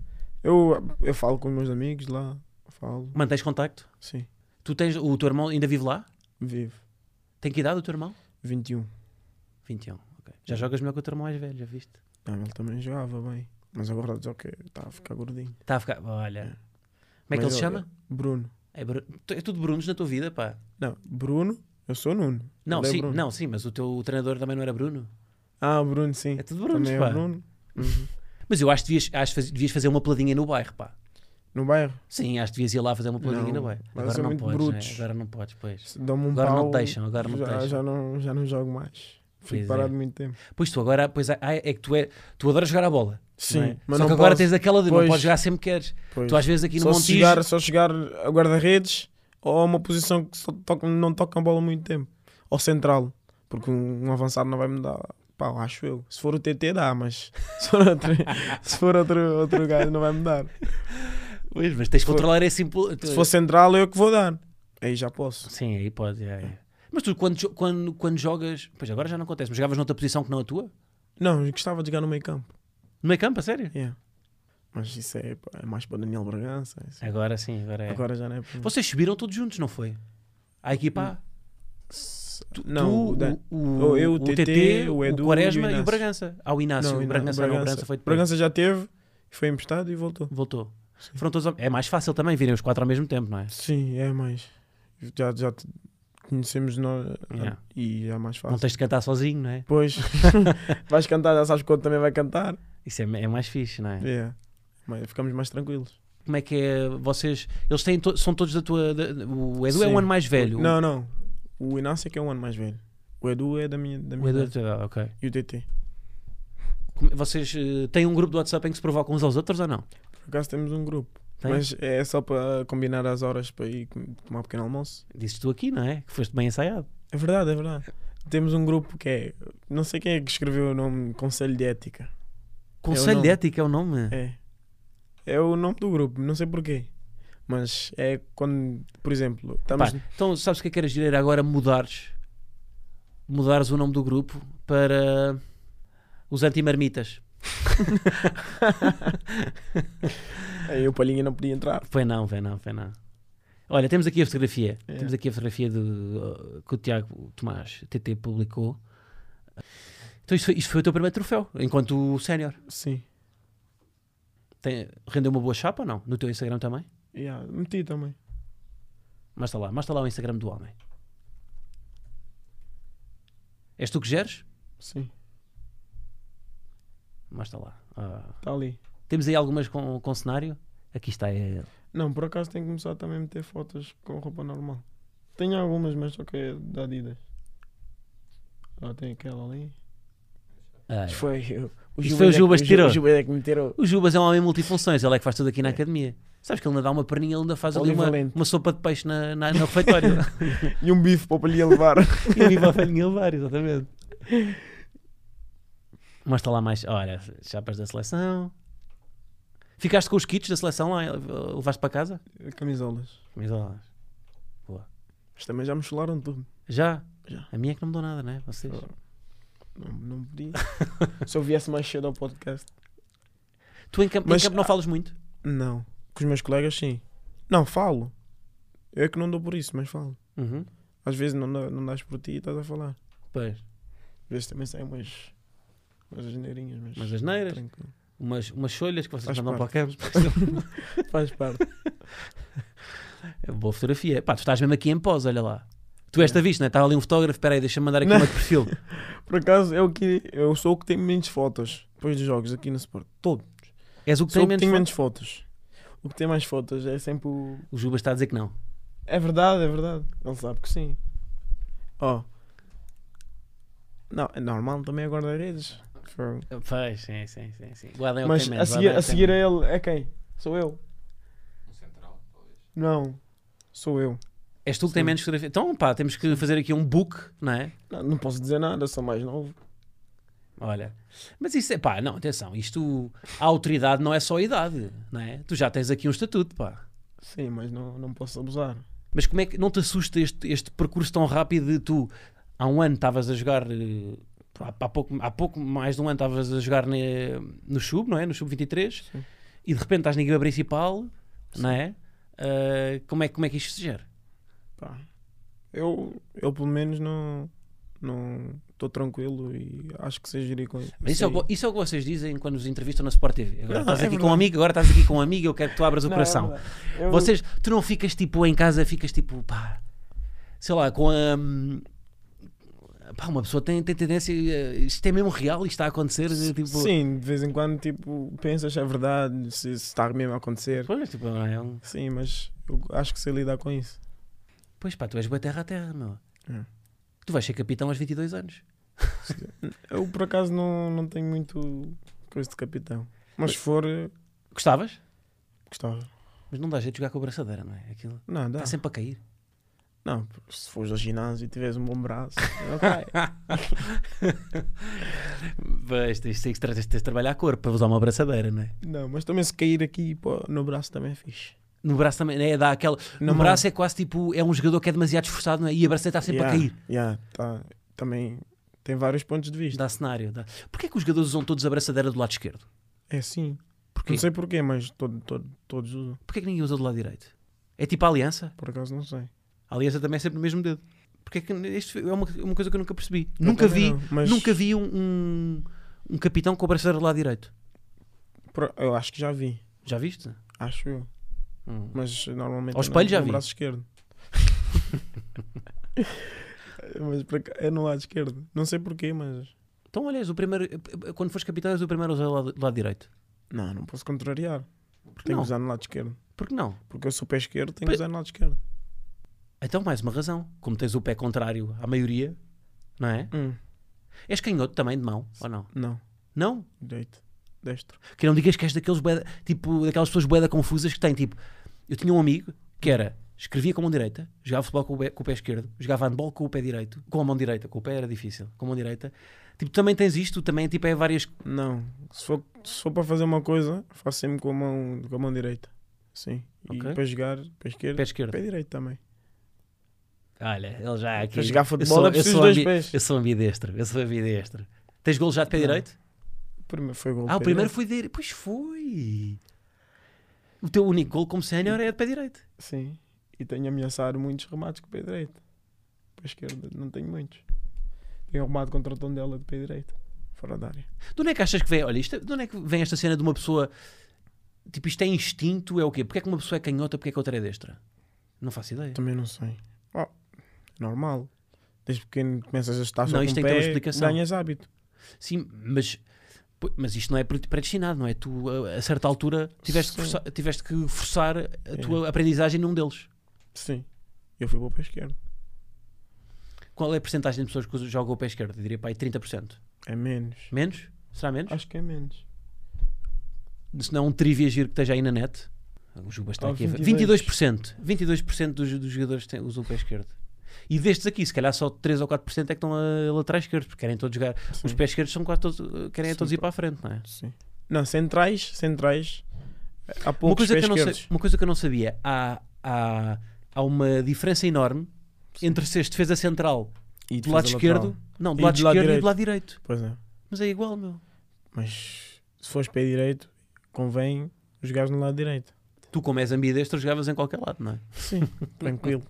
Eu, eu falo com os meus amigos lá. Falo. Mantens contacto? Sim. Tu tens, o teu irmão ainda vive lá? Vivo. Tem que idade o teu irmão? vinte e um. vinte e um, ok. Já jogas melhor que o teu irmão mais velho, já viste? Não, ele também jogava bem. Mas agora diz que está a ficar gordinho. Está a ficar... Olha. É. Como é que Mas ele se eu- chama? Bruno. É, Bru- é tudo Brunos na tua vida, pá. Não, Bruno. Eu sou Nuno. Não, Ele é sim, Bruno. não, sim, mas o teu treinador também não era Bruno? Ah, Bruno, sim. É tudo Brunos, Também pá. é Bruno. Uhum. Mas eu acho que devias, acho que faz- devias fazer uma peladinha no bairro, pá. No bairro. Sim, acho que devias ir lá fazer uma peladinha Não, no bairro. mas Agora são não muito podes, brutos. né? Agora não podes, pois. Se dão-me um Agora pau, não te deixam, agora não te já, deixam. já, não, já não jogo mais. Fico Pois parado é. muito tempo. Pois tu agora, pois, ah, é que tu, é, tu adoras jogar a bola. Sim, não é? mas Só não que agora posso. tens aquela de não Pois. podes jogar sempre que queres. Pois. Tu às vezes aqui no Só se, Montijo... chegar, só chegar a guarda-redes ou a uma posição que só toca, não toca a bola há muito tempo. Ou central. Porque um, um avançado não vai me dar. Pá, acho eu. Se for o T T dá, mas se for outro, se for outro, outro gajo não vai me dar. Pois, mas tens de for- controlar esse impulso. Se for central eu que vou dar. Aí já posso. Sim, aí pode. É, é. Mas tu quando, jo- quando, quando jogas... Pois agora já não acontece, mas jogavas noutra posição que não a tua? Não, eu gostava de jogar no meio campo. No meio campo, a sério? Yeah. Mas isso é, pá, é mais para Daniel Bragança. isso. Agora sim, agora é. Agora já não é para... Vocês subiram todos juntos, não foi? A equipa A? Tu, Não, tu, o Dan- o, o, eu, o o T T T, T, o o Edu Quaresma e o e o Inácio. Bragança. Ah, o Inácio, o Não, Bragança não, o Bragança foi depois. Bragança já teve, foi emprestado e voltou. Voltou. Sim. Foram todos ao- É mais fácil também virem os quatro ao mesmo tempo, não é? Sim, é mais. Já, já te conhecemos nós Yeah. e é mais fácil. Não tens de cantar sozinho, não é? Pois, vais cantar, já sabes que o outro também vai cantar. Isso é, é mais fixe, não é? Yeah. Mas ficamos mais tranquilos. Como é que é vocês... Eles têm to- são todos da tua... da- o Edu é Sim. um ano mais velho. Não, não. O Inácio é que é um ano mais velho. O Edu é da minha, da O minha Edu é da idade. tua idade, ok. E o T T. Como- Vocês eh, têm um grupo do WhatsApp em que se provocam uns aos outros ou não? Por acaso temos um grupo. Tem? Mas é só para combinar as horas para ir com- tomar um pequeno almoço. Dizes tu aqui, não é? Que foste bem ensaiado. É verdade, é verdade. Temos um grupo que é. Não sei quem é que escreveu o nome Conselho de Ética. Conselho nome. de Ética é o nome. É. É o nome do grupo, não sei porquê. Mas é quando, por exemplo, estamos. Pá, então sabes o que é que era giro? Era agora mudares mudares o nome do grupo para os antimarmitas. Aí o Palhinha não podia entrar. Foi não, foi não, foi não. Olha, temos aqui a fotografia. É. Temos aqui a fotografia do, uh, que o Tiago Tomás T T publicou. Então isto foi, isto foi o teu primeiro troféu, enquanto sénior. Sim. Tem- Rendeu uma boa chapa ou não? No teu Instagram também? Yeah, meti também. Mostra lá, mostra lá o Instagram do homem. És tu que geres? Sim, Mostra lá. Ah. está ali. Temos aí algumas com, com cenário? Aqui está ele. Não, por acaso tenho que começar também a meter fotos com roupa normal. Tenho algumas, mas só que é da Adidas. Ah, tem aquela ali. Ah, Isto foi o, o Isto foi o é que- Jubas que tirou. O Jubas é que me tirou. O Jubas é um homem multifunções, ele é que faz tudo aqui na É. academia. Sabes que ele ainda dá uma perninha, ele ainda faz ali uma, Polivalente. uma sopa de peixe na, na, no refeitório. E um bife para o palhinha levar. E ele vai a farinha levar, exatamente. Mostra lá mais. Olha, chapas da seleção. Ficaste com os kits da seleção lá? Levaste para casa? Camisolas. Camisolas. Mas também já me chularam tudo. Já? Já. A minha é que não me deu nada, né? Vocês. Não, não podia. Se eu viesse mais cedo ao podcast. Tu em campo, Mas- em campo não falas muito? Não. Com os meus colegas, sim. Não, falo. Eu é que não dou por isso, mas falo. Uhum. Às vezes não, dá, não dás por ti e estás a falar. Pois. Às vezes também saem umas, umas asneirinhas, mas... Umas asneiras. tranquilo. Umas, umas cholhas que vocês Faz mandam parte. para o campo. Faz parte. É boa fotografia. Pá, tu estás mesmo aqui em pós, olha lá. Tu esta vista, não é? Estava ali um fotógrafo, espera aí, deixa-me mandar aqui Não. uma de perfil. Por acaso, eu, que, eu sou o que tem menos fotos depois dos jogos aqui no Sport. Todo. És o que Sou tem o que menos tem fotos. menos fotos. O que tem mais fotos é sempre o... O Jubas está a dizer que não. É verdade, é verdade. Ele sabe que sim. Ó. Não, é normal também é guarda-redes. Foi- Pois, sim, sim, sim. sim. O Adam é o que Mas tem a menos, o seguir, Adam é a o que tem seguir a menos. ele é quem? Sou eu. Um central, talvez. Não. Sou eu. És tu que tem Sim. menos fotografia. Então, pá, temos que fazer aqui um book, não é? Não, não posso dizer nada, sou mais novo. Olha. Mas isso é, pá, não, atenção. Isto, a autoridade não é só a idade, não é? Tu já tens aqui um estatuto, pá. Sim, mas não, não posso abusar. Mas como é que não te assusta este, este percurso tão rápido de tu, há um ano estavas a jogar, eh, há, há pouco, há pouco mais de um ano estavas a jogar ne- no Sub, não é? No Sub vinte e três, Sim. e de repente estás na equipa principal, não é? Ah, como é? Como é que isto se gera? Pá, eu, eu pelo menos não não estou tranquilo e acho que sei gerir com isso. Mas isso, é o, que- isso é o que vocês dizem quando os entrevistam na Sport T V. Agora Não, estás é aqui com um verdade. amigo, agora estás aqui com um amigo, eu quero que tu abras o Não, coração. é verdade. Eu- Vocês, tu não ficas tipo em casa, ficas tipo, pá, sei lá, com a. hum, Pá, uma pessoa tem, tem tendência. eh, Isto é mesmo real, isto está a acontecer. eh, Tipo, Sim, de vez em quando tipo, pensas se é verdade, se, se está mesmo a acontecer. Pois, tipo, não é um- Sim, mas eu acho que sei lidar com isso. pois pá, tu és boa terra a terra, meu. É. Tu vais ser capitão aos vinte e dois anos. Eu por acaso não, não tenho muito coisa de capitão. Mas se for, eh, Gostavas? gostava. Mas não dá jeito de jogar com a braçadeira, não é? Aquilo Não, dá. está sempre a cair. Não, se fores ao ginásio e tiveres um bom braço, ok. Mas tens, tens, tens, tens de trabalhar a cor para usar uma braçadeira, não é? Não, mas também se cair aqui pô, no braço também é fixe. No braço também, né? Dá aquela. No Na mão. braço é quase tipo. É um jogador que é demasiado esforçado, não é? E a braçadeira está sempre Yeah, a cair. yeah, tá. Também tem vários pontos de vista. Dá cenário. Dá. Porquê é que os jogadores usam todos a braçadeira do lado esquerdo? É assim. Porquê? Não sei porquê, mas todo, todo, todos usam. Porquê é que ninguém usa do lado direito? É tipo a aliança? Por acaso não sei. A aliança também é sempre no mesmo dedo. Porquê é que isto é uma, uma coisa que eu nunca percebi? Eu nunca também vi, não, mas nunca vi um, um, um capitão com a braçadeira do lado direito. por- eu acho que já vi. Já viste? Acho eu. Hum. Mas normalmente Ao é no- espelho já no vi. braço esquerdo. Mas por aca- é no lado esquerdo. Não sei porquê, mas. Então, olha, és o primeiro, quando fores capitão, és o primeiro a usar o lado, do lado direito. Não, não posso contrariar. Por que Tenho não? que usar no lado esquerdo. Por que não? Porque eu sou pé esquerdo, tenho Pois- que usar no lado esquerdo. Então, mais uma razão. Como tens o pé contrário à maioria, não é? Hum, És canhoto também de mão, ou não? não. Não? Direito. Destro. Que não digas que és daqueles bué- tipo, daquelas pessoas boeda confusas que têm, tipo, eu tinha um amigo que era, escrevia com a mão direita, jogava futebol com o, pé, com o pé esquerdo, jogava handball com o pé direito, com a mão direita, com o pé era difícil, com a mão direita. Tipo, também tens isto, também tipo, é várias. Não. Se for, se for para fazer uma coisa, faço sempre com a mão, com a mão direita. Sim. E Ok. para jogar, pé esquerdo, Pé esquerdo. pé direito também. Olha, ele já aqui. Para jogar eu futebol sou, é eu, preciso sou dois ambi- pés. eu sou ambidestro, eu sou ambidestro. Tens golo já de pé Não. direito? O primeiro foi gol. Ah, o pé primeiro direito. foi de. Pois foi. O teu único gol como sénior é de pé direito. Sim. E tenho ameaçado muitos remates com o pé direito. Pé esquerdo, não tenho muitos. Tenho remate contra o Tondela de pé direito. Fora da área. De onde é que achas que vem? Olha, isto, de onde é que vem esta cena de uma pessoa. Tipo, isto é instinto? É o quê? Porque é que uma pessoa é canhota? Porque é que a outra é destra? Não faço ideia. Também não sei. Oh, normal. Desde pequeno começas a estar só Não, com isto o tem que ter uma pé, explicação. ganhas hábito. Sim, mas, pô, mas isto não é predestinado, não é? Tu, a, a certa altura, tiveste que Sim. forçar, tiveste que forçar a É. tua aprendizagem num deles. Sim. Eu fui para o pé esquerdo. Qual é a porcentagem de pessoas que jogam o pé esquerdo? Eu diria, pá, aí trinta por cento. É menos. Menos? Será menos? Acho que é menos. Se não, um trivia giro que esteja aí na net. O Juba está Oh, aqui a ver. vinte e dois. vinte e dois por cento. vinte e dois por cento dos, dos jogadores têm, usam o pé esquerdo. E destes aqui, se calhar só três ou quatro por cento é que estão a laterais esquerdos, porque querem todos jogar. Sim. Os pés esquerdos são quase todos, querem Sim, todos ir pá. para a frente, não é? Sim. Não, centrais, centrais. Há Uma poucos coisa, que pés eu não sei, esquerdos. uma coisa que eu não sabia, há, há, há uma diferença enorme entre seres defesa central E do lado defesa esquerdo, lateral. não, do E lado do lado esquerdo e direito. do lado direito. Pois é. Mas é igual, meu. Mas se fores pé direito, convém jogares no lado direito. Tu, como és ambidestro, jogavas em qualquer lado, não é? Sim, tranquilo.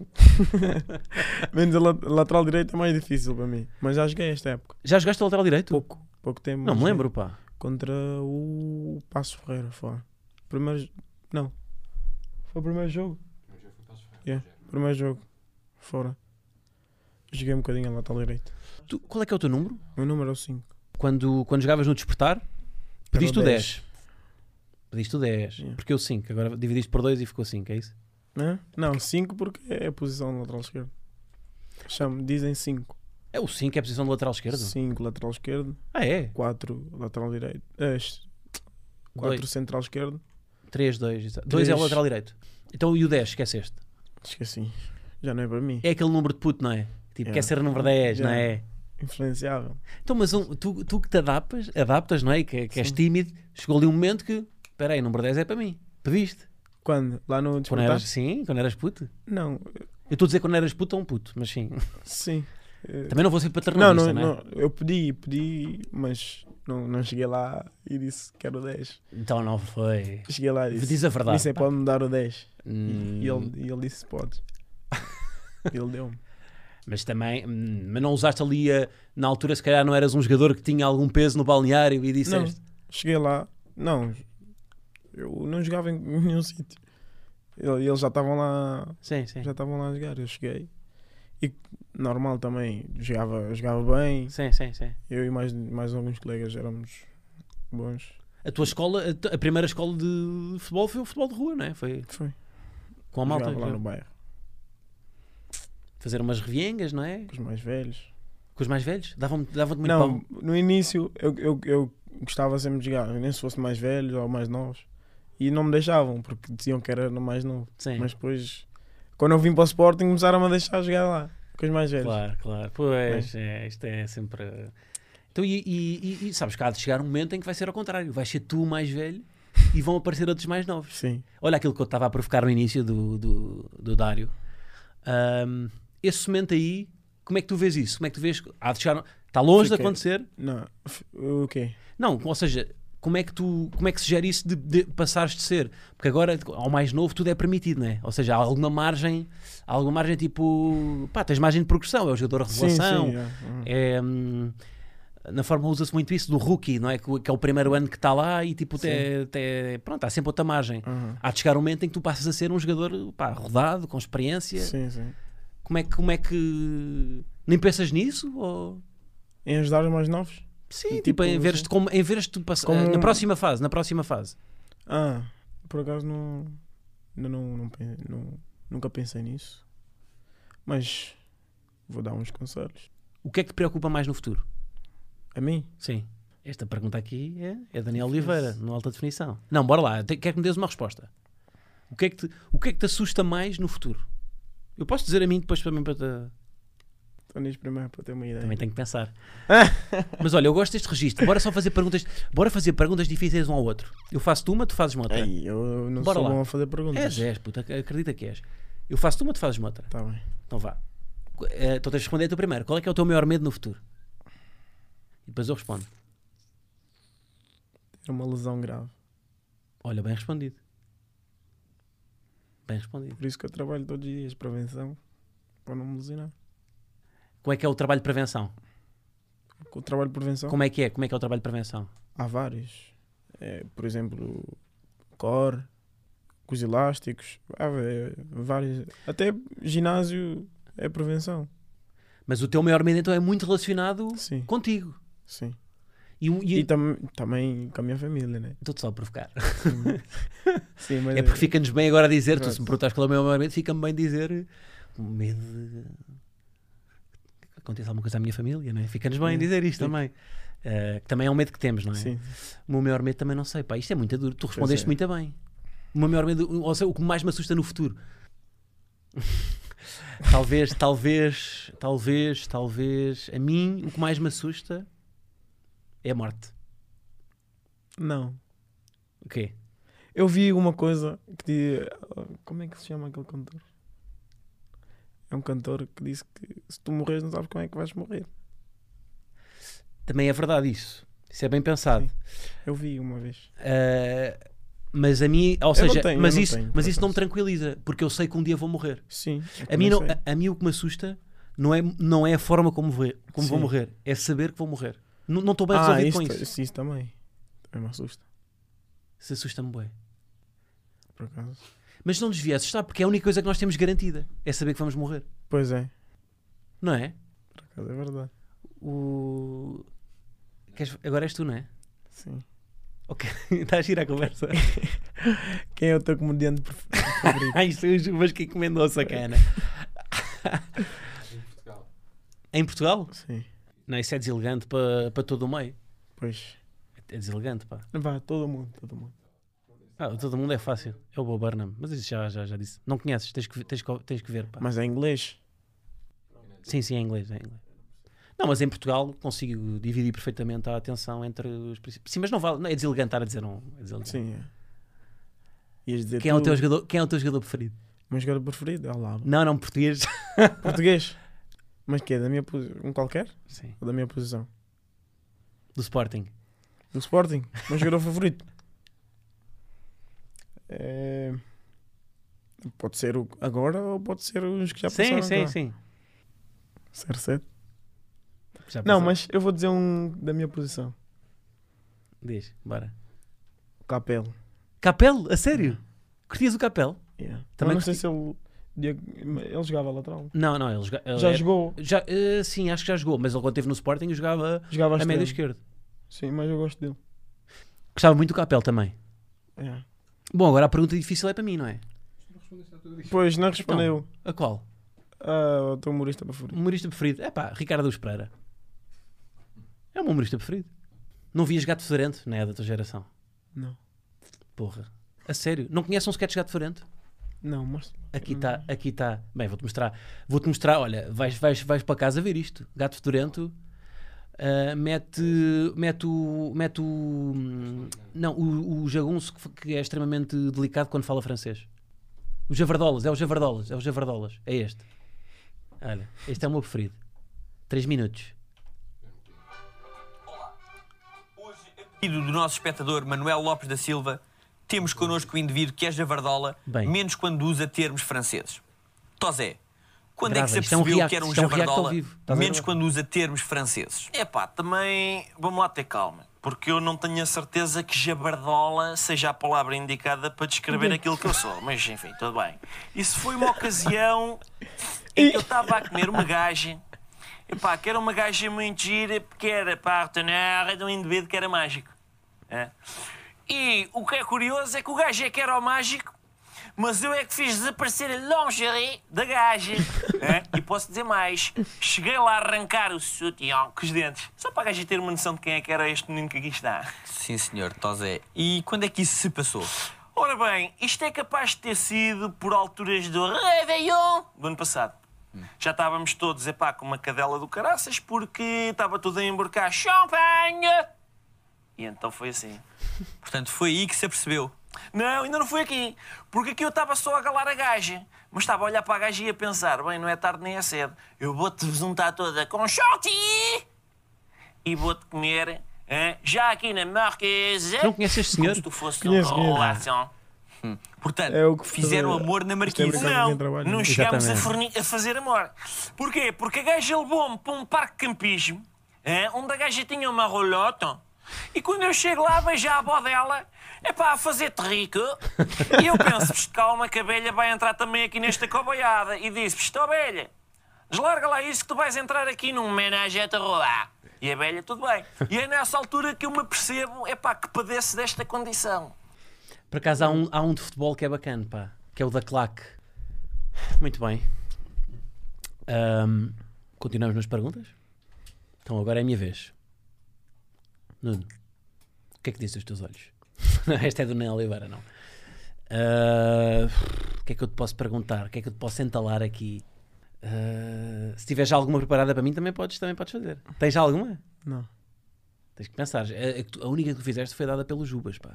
Menos a lat- lateral direito é mais difícil para mim. Mas já joguei esta época. Já jogaste a lateral direito? Pouco. Pouco tempo. Não mas me joguei. lembro, pá. Contra o Passo Ferreira, fora. Primeiro. Não. Foi o primeiro jogo. Mas já fui para as Ferreiras, Yeah. já. Primeiro jogo. Fora. Joguei um bocadinho a lateral direito. Tu- qual é que é o teu número? O meu número é o cinco. Quando, quando jogavas no Despertar, pediste o Era o dez. Pediste o dez. Yeah. Porque eu cinco. Agora dividiste por dois e ficou cinco, é isso? Não, não cinco porque é a posição de lateral esquerdo. Chamo, dizem cinco. É o cinco, é a posição do lateral esquerdo? cinco lateral esquerdo, Ah, é? quatro lateral direito. quatro Dois. central esquerdo. três, dois. dois é o Três. lateral direito. Então e o dez, esqueceste? Esqueci. Já não é para mim. É aquele número de puto, não é? Tipo, Yeah. quer ser número dez, Yeah. não é? Influenciável. Então, mas um- tu, tu que te adaptas, adaptas, não é? Que, que és Sim. tímido, chegou ali um momento que, espera aí, o número dez é para mim. Pediste? Quando? Lá no Quando Despertar? eras, sim, quando eras puto. Não, Eu estou a dizer quando eras puto ou um puto, mas sim. sim. Eh, Também não vou ser Não, paternalista, não, não, é? não, eu pedi, pedi, mas não, não cheguei lá e disse que era o dez. Então não foi. Cheguei lá e disse, Diz a verdade. disse é pá. pode me dar o dez. Hum, E, ele, e ele disse pode. Ele deu-me. Mas também, hum, mas não usaste ali a, na altura, se calhar não eras um jogador que tinha algum peso no balneário e disseste. Cheguei lá, não, eu não jogava em nenhum sítio. Ele- Eles já estavam lá, Sim, sim. já estavam lá a jogar. Eu cheguei e normal também, jogava, jogava bem. Sim, sim, sim. Eu e mais, mais alguns colegas éramos bons. A tua escola, a, tu- a primeira escola de futebol foi o futebol de rua, não é? Foi Foi. com a malta. Jogava lá já. no bairro, Fazer umas reviengas, não é? com os mais velhos. Com os mais velhos? Davam-te davam muito Não, pau. no início eu, eu, eu gostava sempre de jogar, nem se fosse mais velhos ou mais novos. E não me deixavam, porque diziam que era no mais novo. Sim, Mas depois, quando eu vim para o Sporting, começaram a deixar jogar lá, com os mais velhos. claro, claro. Pois, é, isto é sempre... Então, e, e, e- e sabes que há de chegar um momento em que vai ser ao contrário. Vais ser tu o mais velho e vão aparecer outros mais novos. Sim. Olha aquilo que eu estava a provocar no início do, do, do Dário. Ahm, esse momento aí, como é que tu vês isso? Como é que tu vês? Há de chegar... Está longe de Fiquei- acontecer? Não, f- o quê? Não, ou seja, como é que tu, como é que se gera isso de, de passares de ser? Porque agora, ao mais novo, tudo é permitido, não é? Ou seja, há alguma margem, há alguma margem tipo, pá, tens margem de progressão, é o jogador de revelação, Sim, sim, é. Uhum. é, hum, na forma usa-se muito isso do rookie, não é? Que, que é o primeiro ano que está lá e tipo, até, até, pronto, há sempre outra margem. Uhum. Há de chegar um momento em que tu passas a ser um jogador, pá, rodado, com experiência. Sim, sim. Como é que, como é que, nem pensas nisso? Ou... Em ajudar os mais novos? Sim, Tipo, tipo, em veres-te sim. como, em veres tu pass... Como- na próxima fase, na próxima fase. Ah, por acaso não, ainda não, não, pen- não- nunca pensei nisso. Mas vou dar uns conselhos. O que é que te preocupa mais no futuro? A mim? Sim. Esta pergunta aqui é, é Daniel Oliveira, no Alta Definição. Não, bora lá, te- quero que me dês uma resposta. O que, é que te, o que é que te assusta mais no futuro? Eu posso dizer a mim depois para mim para te... Então diz primeiro para ter uma ideia. Também tenho que pensar. Mas olha, eu gosto deste registro. Bora só fazer perguntas. Bora fazer perguntas difíceis um ao outro. Eu faço-te uma, tu fazes uma outra. Ei, eu não Bora sou lá. bom a fazer perguntas. És, és, puta, acredita que és. Eu faço-te uma, tu fazes uma outra. Tá bem. Então vá. Qu- eh, Então tens de responder tu primeiro. Qual é que é o teu maior medo no futuro? E depois eu respondo. Ter uma lesão grave. Olha, bem respondido. Bem respondido. Por isso que eu trabalho todos os dias. Prevenção. Para não me lesionar. Como é que é o trabalho de prevenção? Com o trabalho de prevenção Como é que é? Como é que é o trabalho de prevenção? há vários. É, por exemplo, core. com os elásticos, ah, é, vários. Até ginásio é prevenção. Mas o teu maior medo então é muito relacionado Sim, contigo. sim. E, um- e- E tam, também com a minha família, né? Estou-te só a provocar. Sim, mas É porque fica-nos bem agora dizer, tu Exato. se me perguntas qual é o meu maior medo, fica-me bem dizer o medo de que aconteça alguma coisa à minha família, não é? Fica-nos bem É, dizer isto sim. também. Eh, que também é um medo que temos, não é? Sim. O meu maior medo também não sei, pá, isto é muito duro. Tu respondeste é. muito bem. O meu maior medo, ou seja, o que mais me assusta no futuro. talvez, talvez, talvez, talvez, a mim o que mais me assusta é a morte. Não. O quê? Eu vi uma coisa que diz, como é que se chama aquele cantor? É um cantor que disse que se tu morreres não sabes como é que vais morrer. Também é verdade isso. Isso é bem pensado. Sim. Eu vi uma vez. Uh, mas a mim, ou Eu seja, não tenho, mas, eu não isso, tenho, mas por isso não me acaso. tranquiliza, porque eu sei que um dia vou morrer. Sim. A mim, não, a, a mim o que me assusta não é, não é a forma como, vou, como vou Sim. morrer, é saber que vou morrer. Não não estou bem ah, resolvido isso, com ta- isso. isso, isso também. Também me assusta, Se assusta-me bem. por acaso. Mas não nos devia assustar, porque é a única coisa que nós temos garantida, é saber que vamos morrer. Pois é, Não é? por acaso é verdade. O... Queres- Agora és tu, não é? Sim. Ok, está a girar a conversa. Quem é o teu comediante pref- favorito? Ai, isto é o Mas que encomendou a sacana. Em Portugal. Em Portugal? Sim. Não, isso é deselegante para, para todo o meio. Pois. É deselegante, pá. Vá, todo mundo, todo mundo. Ah, todo mundo é fácil. É o Bo Burnham. Mas isso já, já, já disse. Não conheces, tens que, tens que, tens que ver, pá. Mas é inglês. Sim, sim, é inglês, é inglês. Não, mas em Portugal consigo dividir perfeitamente a atenção entre os princípios. Sim, mas não vale. Não, é deselegante estar a dizer um. É deselegante. Sim, é. Ias dizer Quem, é o tu, teu jogador, quem é o teu jogador preferido? o meu jogador preferido? É o Alaba. Não, não, português. Português. Mas que é da minha posição? Um qualquer? Sim. Ou da minha posição? Do Sporting. Do Sporting. O meu jogador favorito. É... Pode ser o agora ou pode ser os que já Sim, passaram. sim, cá. sim. C R sete. Já Não, passou. mas eu vou dizer um da minha posição. Diz, bora. O Capelo. Capel? A sério? Curtias o Capel? Yeah. Também Também não sei curti- se ele... Ele jogava lateral. Não, não, ele, joga, ele Já é- jogou. Já, eh, sim, acho que já jogou, mas ele quando esteve no Sporting jogava Jogava a médio extremo. esquerdo. Sim, mas eu gosto dele. Gostava muito do Capel também. Yeah. Bom, agora a pergunta difícil é para mim, não é? Não respondeste a tudo isto. Pois, não respondeu. A qual? Ah, o teu humorista preferido. Humorista preferido? É pá, Ricardo Luz Pereira. É o meu humorista preferido. Não vias Gato Fedorento? Não é da tua geração. Não. Porra. A sério? Não conheces um sketch de Gato Fedorento? Não, mas... Aqui está, aqui está. Bem, vou-te mostrar. Vou-te mostrar, olha, vais, vais, vais para casa ver isto. Gato Fedorento ah, mete, mete o. Mete o hum, não, o, o jagunço que, que é extremamente delicado quando fala francês. O Javardolas, é o Javardolas, é o Javardolas. É este. Olha, este é o meu preferido. três minutos. Hoje, a pedido do nosso espectador Manuel Lopes da Silva, temos connosco o indivíduo que é javardola, Bem. menos quando usa termos franceses. Tosé, quando Grava, é que se isto é um apercebeu react, que era um isto é um react ao javardola, vivo. Estás a menos ver? quando usa termos franceses? Epá, também vamos lá ter calma, porque eu não tenho a certeza que jabardola seja a palavra indicada para descrever aquilo que eu sou, mas enfim, tudo bem. Isso foi uma ocasião em que eu estava a comer uma gaja, epá, que era uma gaja muito gira, porque era partenaire de um indivíduo que era mágico. É? E o que é curioso é que o gajo é que era o mágico, mas eu é que fiz desaparecer a lingerie da gaja. É? E posso dizer mais, cheguei lá a arrancar o sutiã com os dentes, só para a gaja ter uma noção de quem é que era este menino que aqui está. Sim, senhor, Tosé. E quando é que isso se passou? Ora bem, isto é capaz de ter sido por alturas do Réveillon do ano passado. Já estávamos todos, epá, com uma cadela do caraças, porque estava tudo a embarcar champanhe. E então foi assim. Portanto, foi aí que se apercebeu. Não, ainda não foi aqui. Porque aqui eu estava só a galar a gaja. Mas estava a olhar para a gaja e a pensar, bem, não é tarde nem é cedo. Eu vou-te besuntar toda com shorty e vou-te comer, hein, já aqui na Marquesa. Não conheces este senhor? Como se tu fosse Conheço, um conheço. relação. Portanto, É o que fizeram fazer- amor na Isto é Marquise. brincar com Não, quem trabalha, não né? chegámos a, Exatamente. forni- a fazer amor. Porquê? Porque a gaja levou-me para um parque de campismo, hein, onde a gaja tinha uma rolota E quando eu chego lá, vejo a avó dela, é pá, a fazer terrico. E eu penso, "Psst, calma, que a velha vai entrar também aqui nesta coboiada." E disse, "Psst, ó velha, deslarga lá isso que tu vais entrar aqui num homenagem a terroir." E a velha, tudo bem. E é nessa altura que eu me apercebo, é pá, que padeço desta condição. Por acaso há um, há um de futebol que é bacana, pá, que é o da claque. Muito bem. Ahm, continuamos nas perguntas? Então agora é a minha vez. Nuno, o que é que dizem os teus olhos? Esta é do Ney Oliveira, não. Ah, o que é que eu te posso perguntar? O que é que eu te posso entalar aqui? Ah, se tiveres já alguma preparada para mim, também podes, também podes fazer. Tens já alguma? Não. Tens que pensar. A, a que tu- a única que tu fizeste foi dada pelos Jubas, pá.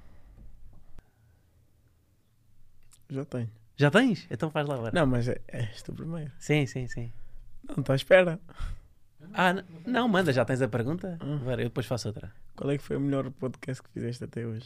Já tenho. Já tens? Então faz lá agora. Não, mas é, é este o primeiro. Sim, sim, sim. Não, está à espera. Ah, n- não, manda, já tens a pergunta? Vai, eu depois faço outra. Qual é que foi o melhor podcast que fizeste até hoje?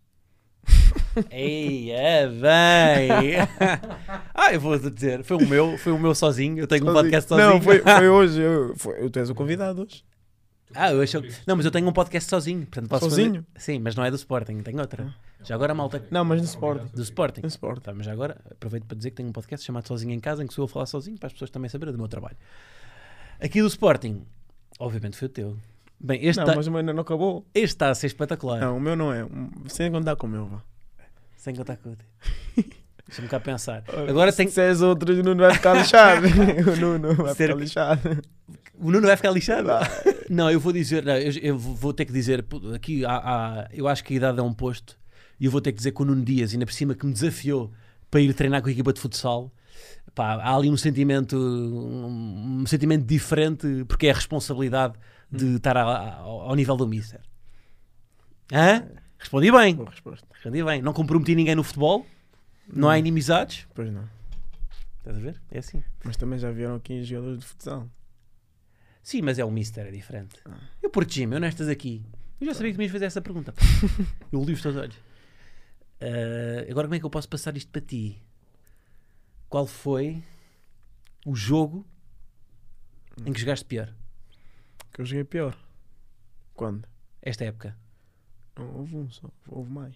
Ei, é bem! Ah, eu vou-te dizer, foi o meu, foi o meu sozinho. Eu tenho um podcast sozinho. Não, foi, foi hoje. Eu, foi, eu, tu és o convidado hoje. Ah, eu acho... Não, mas eu tenho um podcast sozinho. Portanto, posso Sozinho? fazer- Sim, mas não é do Sporting, tenho outra. Já agora, malta. Não, mas no Sporting. Do Sporting. No Sporting. Tá, mas já agora aproveito para dizer que tenho um podcast chamado Sozinho em Casa, em que sou eu a falar sozinho, para as pessoas também saberem do meu trabalho. Aqui do Sporting, obviamente foi o teu. Bem, este Não, está mas o meu ainda não acabou. este tá a ser espetacular. Não, o meu não é. Um- Sem contar com o meu, vá. Sem contar com o teu. Deixa-me cá pensar. Agora tem Se és outro, o Nuno vai ficar lixado. O Nuno vai Ser- ficar lixado. O Nuno vai ficar lixado? Não, eu vou dizer, não, eu, eu vou ter que dizer, pô, aqui há, há- eu acho que a idade é um posto, e eu vou ter que dizer que o Nuno Dias, ainda por cima que me desafiou para ir treinar com a equipa de futsal, pá, há ali um sentimento, um, um sentimento diferente, porque é a responsabilidade de estar a- a- ao nível do Mister. Hã? Respondi bem, Boa resposta. respondi bem. Não comprometi ninguém no futebol, não há inimizades. Pois não. Estás a ver? É assim. Mas também já vieram aqui jogadores de futsal. Sim, mas é o Mister, é diferente. Eu porto-me, eu nestas aqui. Eu já sabia que me ias fazer essa pergunta. pá. Eu li os teus olhos. Ah, agora como é que eu posso passar isto para ti? Qual foi o jogo em que jogaste pior? Que eu joguei pior. Quando? Esta época? Não, houve um só. Houve mais.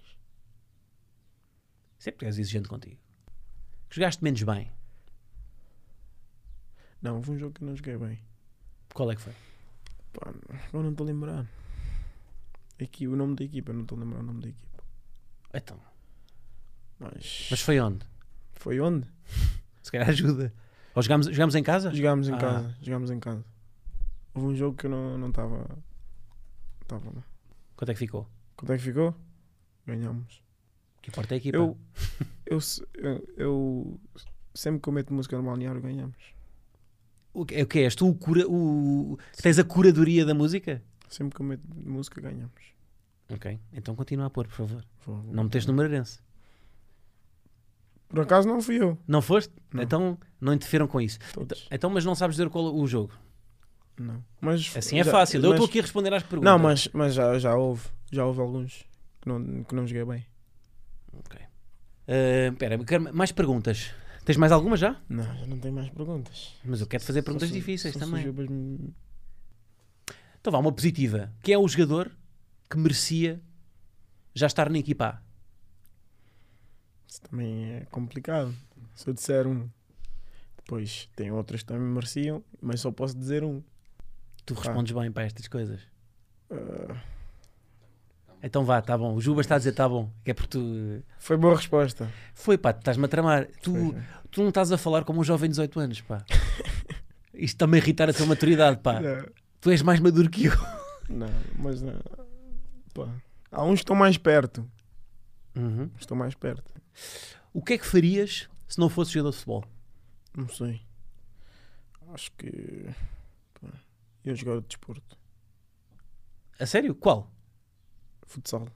Sempre és exigente contigo. Que jogaste menos bem. Não, houve um jogo que eu não joguei bem. Qual é que foi? Pá, eu não estou a lembrar. Aqui, o nome da equipa, eu não estou a lembrar o nome da equipa. Então, Mas, mas foi onde? foi onde? Se calhar ajuda. Ou jogámos, jogámos em casa? Jogámos em Ah. casa. Jogámos em casa. Houve um jogo que eu não não estava. Estava lá. Quanto é que ficou? Quanto é que ficou? Ganhámos. O que importa é a equipa. Eu, eu, se- eu, eu sempre que eu meto música no balneário ganhamos. O que, o que és? Tu o cura, o, que tens a curadoria da música? Sempre que eu meto música ganhamos. Ok, então continua a pôr, por favor. Vou- Não meteste no Moreirense. Por acaso não fui eu. Não foste? Não. Então não interfiram com isso. Todos. Então, mas não sabes dizer qual o jogo. Não. Mas, Assim é já- fácil. Eu mas- estou aqui a responder às perguntas. Não, mas, mas já, já houve. Já houve alguns que não, que não joguei bem. Ok. Ah, Espera, quero mais perguntas. Tens mais alguma já? Não, já não tenho mais perguntas. Mas eu quero fazer perguntas Só se- difíceis só se também. os jogos me- Então vá, uma positiva. Quem é o jogador que merecia já estar na equipa A? Isso também é complicado. Se eu disser um, depois tem outros que também mereciam, mas só posso dizer um. Tu respondes bem para estas coisas. Ah, Então vá, tá bom. O Juba está a dizer tá bom. Que é porque tu... foi boa resposta. Foi pá, tu estás-me a tramar. Tu, Foi, foi. tu não estás a falar como um jovem de dezoito anos, pá. Isto está-me a irritar a tua maturidade, pá. Não, Tu és mais maduro que eu. não, mas não. Pá. Há uns que estão mais perto. Uhum. Estão mais perto. O que é que farias se não fosse jogador de futebol? Não sei. Acho que. Pá, eu jogar de desporto. A sério? Qual? Futsal.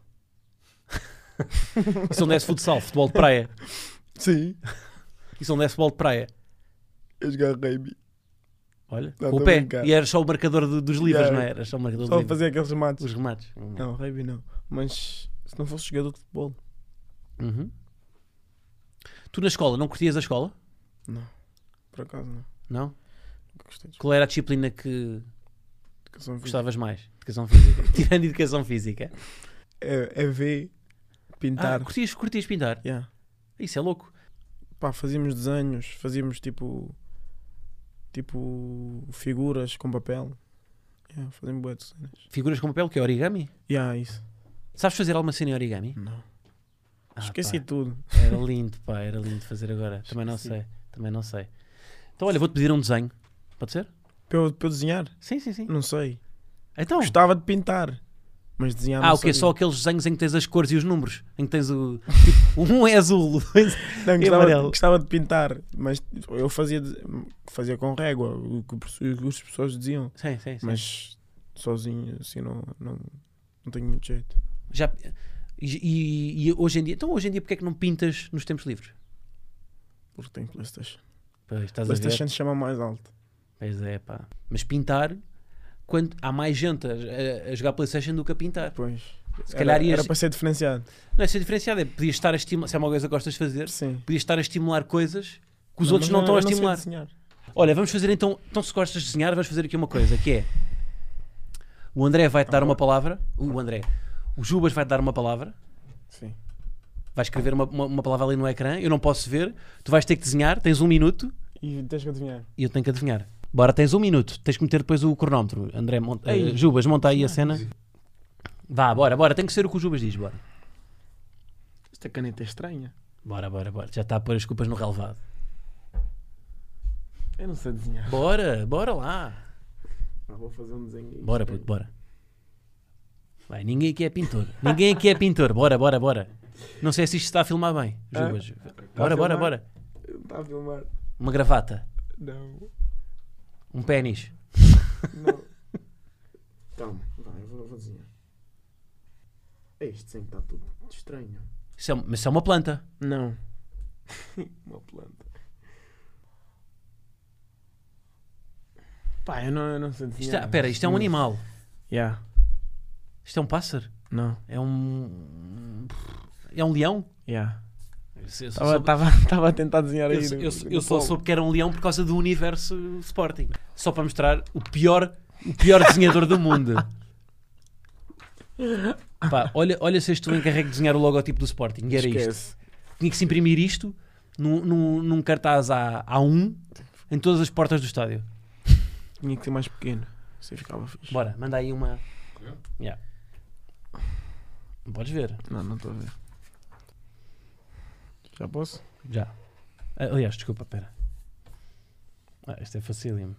E se não desse futsal, futebol de praia? Sim. E se não desse futebol de praia? Eu jogar rugby. Olha, Não, com o tô a pé. brincar. E eras só o marcador do- dos livros, Yeah. não é? Eras só o marcador Só dos livros. fazer aqueles remates. Os remates. Não, rugby não. Mas se não fosse jogador de futebol. Uhum. Tu na escola, não curtias a escola? Não. Por acaso não. Não? Nunca gostei de Qual era a disciplina que, Educação física. Gostavas mais? Educação física. Tirando educação física. É, é ver, pintar. Ah, curtias, curtias pintar? Yeah. Isso é louco. Pá, fazíamos desenhos, fazíamos tipo. Tipo. Figuras com papel. Yeah, fazíamos boas desenhos. Figuras com papel, que é origami? Yeah, isso. Sabes fazer alguma cena em origami? Não. Ah, Esqueci pá, tudo. Era lindo, pá, era lindo fazer agora. Também não Esqueci. sei, também não sei. Então, olha, vou-te pedir um desenho. Pode ser? Para eu, para eu desenhar? Sim, sim, sim. Não sei. Então. Gostava de pintar. Mas desenhar Ah, não o quê? sabia. Só aqueles desenhos em que tens as cores e os números? Em que tens o. Tipo, um é azul, o dois Não, é gostava, amarelo. gostava de pintar. Mas eu fazia, de- fazia com régua. O que, o que as pessoas diziam. Sim, sim, sim. Mas sozinho, assim, não, não, não tenho muito jeito. Já... E, e- e hoje em dia. Então, hoje em dia, porque é que não pintas nos tempos livres? Porque tenho Playstation. Pois, estás a ver? Playstation chama mais alto. Pois é, pá. Mas pintar, quando há mais gente a, a- a jogar PlayStation do que a pintar. Pois. Se Era, calhar ias- era para ser diferenciado. Não é ser diferenciado, é podias estar a estimular. Se é uma coisa que gostas de fazer, Sim. podias estar a estimular coisas que os Não, outros mas não estão a eu sei estimular. desenhar. Olha, vamos fazer então. Então, se gostas de desenhar, vamos fazer aqui uma coisa que é. O André vai-te dar uma palavra. O André. O Jubas vai-te dar uma palavra. Sim. Vai escrever uma, uma, uma palavra ali no ecrã. Eu não posso ver. Tu vais ter que desenhar. Tens um minuto E tens que adivinhar. e eu tenho que adivinhar. Bora, tens um minuto. Tens que meter depois o cronómetro. André, monta, Ei. eh, Jubas, monta aí a cena. Vá, bora, bora. Tem que ser o que o Jubas diz. Bora. Esta caneta é estranha. Bora, bora, bora. Já está a pôr as culpas no relevado. Eu não sei desenhar. Bora, bora lá. Ah, vou fazer um desenho. aí Bora, estranho. puto, bora. Vai, ninguém aqui é pintor. Ninguém aqui é pintor. Bora, bora, bora. Não sei se isto está a filmar bem. Ah? Jubas. Está a Bora, bora, filmar? bora. Está a filmar. Uma gravata. Não. Um pénis. Não. Calma. Vai, eu vou, vou desenhar. Este desenho está tudo estranho. Isso é, mas isso é uma planta. Não. Uma planta. Pá, eu não, eu não sei desenhar. Isto é, pera, isto é um Mas- animal. Yeah. Isto é um pássaro. Não. É um. É um leão. Yeah. Eu, eu, só Estava soube- estava a tentar desenhar aí. eu, no- eu, no eu só colo. soube que era um leão por causa do universo Sporting. Só para mostrar o pior, o pior desenhador do mundo. Pá, olha, olha se este encarregue de desenhar o logotipo do Sporting. E era isto. Esquece. Tinha que se imprimir isto num, num, num cartaz A, A1 em todas as portas do estádio. Tinha que ser mais pequeno. Assim ficava fixe. Bora, manda aí uma. Yeah. Não podes ver. Não, não estou a ver. Já posso? Já. Ah, Aliás, desculpa, pera. Ah, este é facílimo.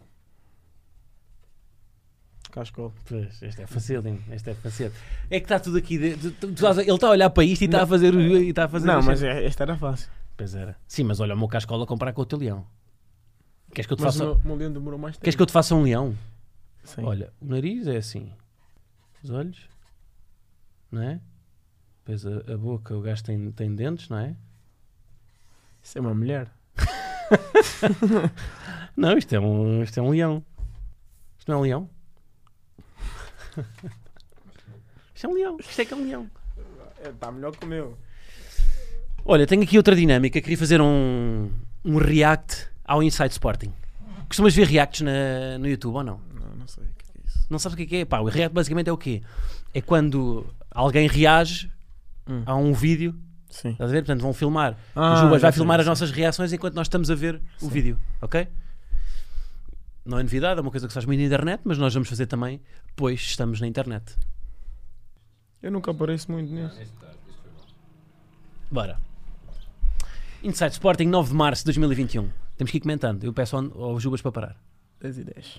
Cascol. Pois, este é facílimo. Este é facílimo. É que está tudo aqui. De, de- tu- tu estás a- ele está a olhar para isto e está a fazer. o- E está a fazer Não, as mas cenas. é- esta era fácil. Pois era. Sim, mas olha o meu cascola a comparar com o teu leão. Queres que eu te Mas faça. o meu, o meu leão demorou mais tempo. Queres que eu te faça um leão? Sim. Olha, o nariz é assim. Os olhos. Não é? Depois a, a boca, o gajo tem, tem dentes, não é? Isso é uma mulher. Não, isto é um, isto é um leão. Isto não é um leão? Isto é um leão. Isto é que é um leão. Está melhor que o meu. Olha, tenho aqui outra dinâmica. Queria fazer um, um react ao Inside Sporting. Costumas ver reacts na, no YouTube ou não? Não, não sei o que é isso. Não sabes o que é que é? Pá, o react basicamente é o quê? É quando alguém reage Hum. a um vídeo. Sim. Estás a ver? Portanto, vão filmar. Ah, o Jubas já vai sei, filmar já as sei. nossas reações enquanto nós estamos a ver o Sim. vídeo. Ok? Não é novidade, é uma coisa que se faz muito na internet, mas nós vamos fazer também, pois estamos na internet. Eu nunca apareço muito nisso. Bora. Inside Sporting, nove de março de dois mil e vinte e um. Temos que ir comentando. Eu peço ao, ao Jubas para parar. dez e dez.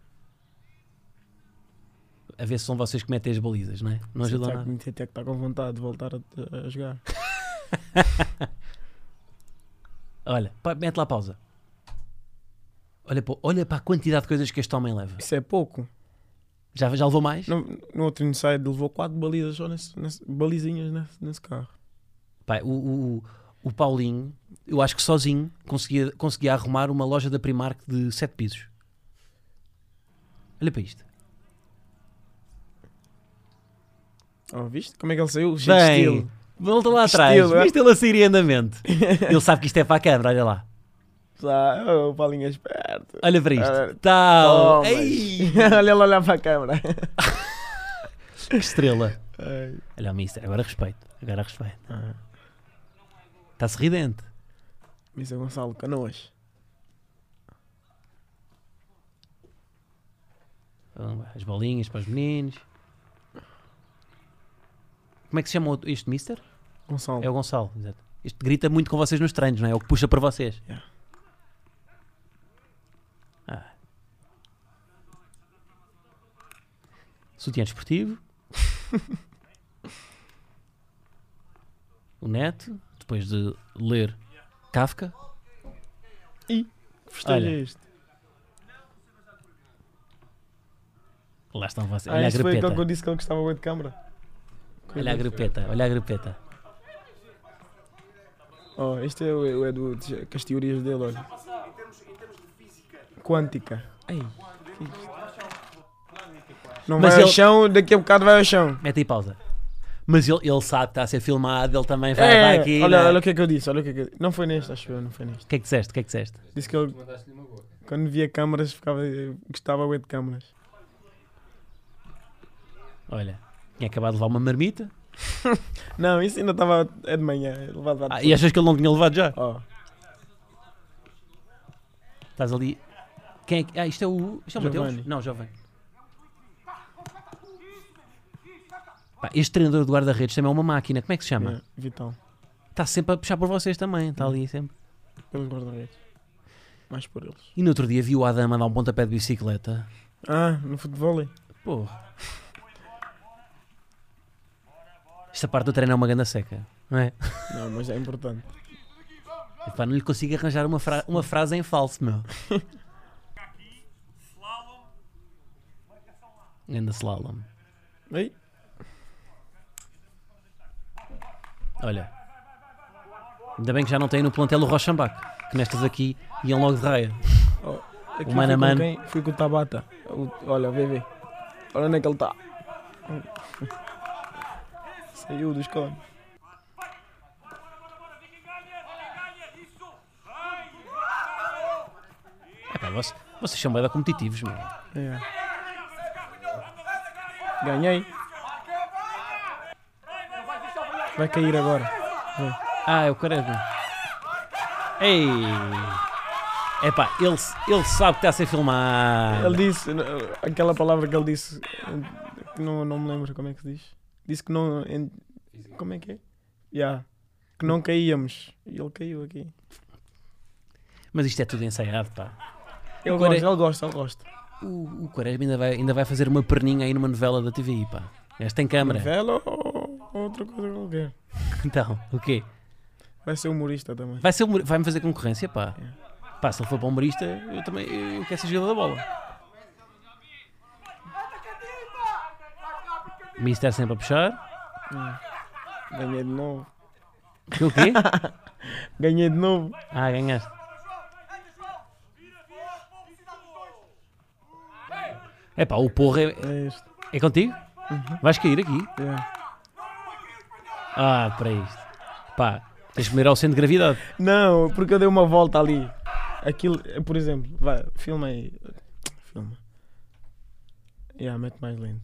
A ver se são vocês que metem as balizas, não é? Não ajuda Até nada. que até que está com vontade de voltar a, a jogar. Olha, pá, mete lá a pausa. Olha, pô, olha para a quantidade de coisas que este homem leva. Isso é pouco. Já, já levou mais? No, no outro inside levou quatro balizas só nesse, nesse, balizinhas nesse, nesse carro. Pá, o, o, o Paulinho, eu acho que sozinho conseguia, conseguia arrumar uma loja da Primark de sete pisos. Olha para isto. Oh, viste? Como é que ele saiu? Cheio de Bem, estilo. volta lá Que atrás. estilo, é? Viste ele a sair em andamento. Ele sabe que isto é para a câmara, olha lá. Tá, o Paulinho é esperto. Olha para isto. Ah, Tal. Toma. Ei, Olha ele olhar para a câmara. que estrela. Ai. Olha o mister, agora respeito. Agora respeito. Ah, Está sorridente. mister Gonçalo Canoas. As bolinhas para os meninos. Como é que se chama o- este mister? Gonçalo. É o Gonçalo, exato. Este grita muito com vocês nos treinos, não é? É o que puxa para vocês. Yeah. Ah. Sutiã desportivo. O Neto, depois de ler Kafka. Que festejo Olha. é este? Lá estão vocês. Ah, Olha a este foi aquele grupeta. que eu disse que ele gostava muito de câmara. Olha a grupeta, olha a grupeta. Oh, este é o, o Edu, com as teorias dele, olha. Quântica. Ei, que isto? Não Mas vai ao ele- chão, daqui a bocado vai ao chão. Mete aí pausa. Mas ele, ele sabe que está a ser filmado, ele também vai, É, vai aqui. olha, né? olha o que é que eu disse, olha o que é que eu disse. Não foi neste, acho eu, não foi neste. O que é que disseste? O que é que disseste? Disse que ele, Mandaste-lhe uma boca. quando via câmaras, ficava, gostava bué de câmaras. Olha, tinha acabado de levar uma marmita. Não, isso ainda estava, é de manhã, levado Ah, e achas que ele não tinha levado já? Oh, Estás ali. Quem é que. Ah, isto é o. Isto é o Mateus? Giovanni. Não, jovem. Pá, este treinador de guarda-redes também é uma máquina. Como é que se chama? é, Vital, Está sempre a puxar por vocês também. Está ali sempre. pelos guarda-redes. Mais por eles. E no outro dia viu o Adam a dar um pontapé de bicicleta. Ah, no futebol? Pô. Esta parte do treino é uma ganda seca, não é? Não, mas é importante. Epá, não lhe consigo arranjar uma, fra- uma frase em falso, meu. Ganda slalom. Ei, Olha. Ainda bem que já não tem no plantel o Rochambac, que nestas aqui iam logo de raia. aqui O mano a fui com mano. quem? Fui com o Tabata. O- olha, vê, vê. Olha onde é que ele está. Saiu dos cones. Epá, vocês, vocês são bem competitivos, meu. É. Ganhei. Vai cair agora. Ah, é o Quaresma. Ei! Epá, ele, ele sabe que está a ser filmado. Ele disse, aquela palavra que ele disse, que não, não me lembro como é que se diz. Disse que não. en- Como é que é? Yeah. Que não caíamos. E ele caiu aqui. Mas isto é tudo ensaiado, pá. Ele Quare- gosta, ele gosta, ele gosta. O, o Quaresma ainda vai, ainda vai fazer uma perninha aí numa novela da T V I, pá. Esta tem câmara. Novela ou ou outra coisa qualquer. Então, o quê? Vai ser humorista também. Vai ser, humor- vai-me fazer concorrência, pá. É. Pá, se ele for para humorista, eu também eu quero ser jogador da bola. O Mister sempre a puxar. Ganhei de novo. O quê? Ganhei de novo. Ah, ganhaste. É pá, o porra é, É este. é contigo? Vais cair aqui? Yeah. Ah, para isto. Pá, tens que melhorar ao centro de gravidade. Não, porque eu dei uma volta ali. Aquilo, por exemplo, vai, filma aí. Filma. Yeah, mete mais lento.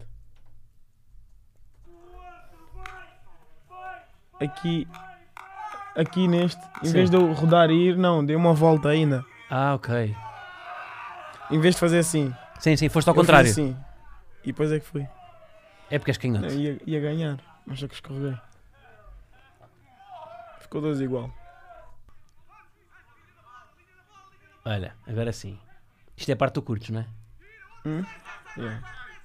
Aqui, aqui neste, em Sim. vez de eu rodar e ir, não, dei uma volta ainda. Ah, ok. Em vez de fazer assim. Sim, sim, foste ao eu fiz contrário. assim. E depois é que fui. É porque és canhoto. Eu ia, ia ganhar, mas só que escorreguei. Ficou dois igual. Olha, agora sim. Isto é a parte do curtos, não é? Hum? Yeah.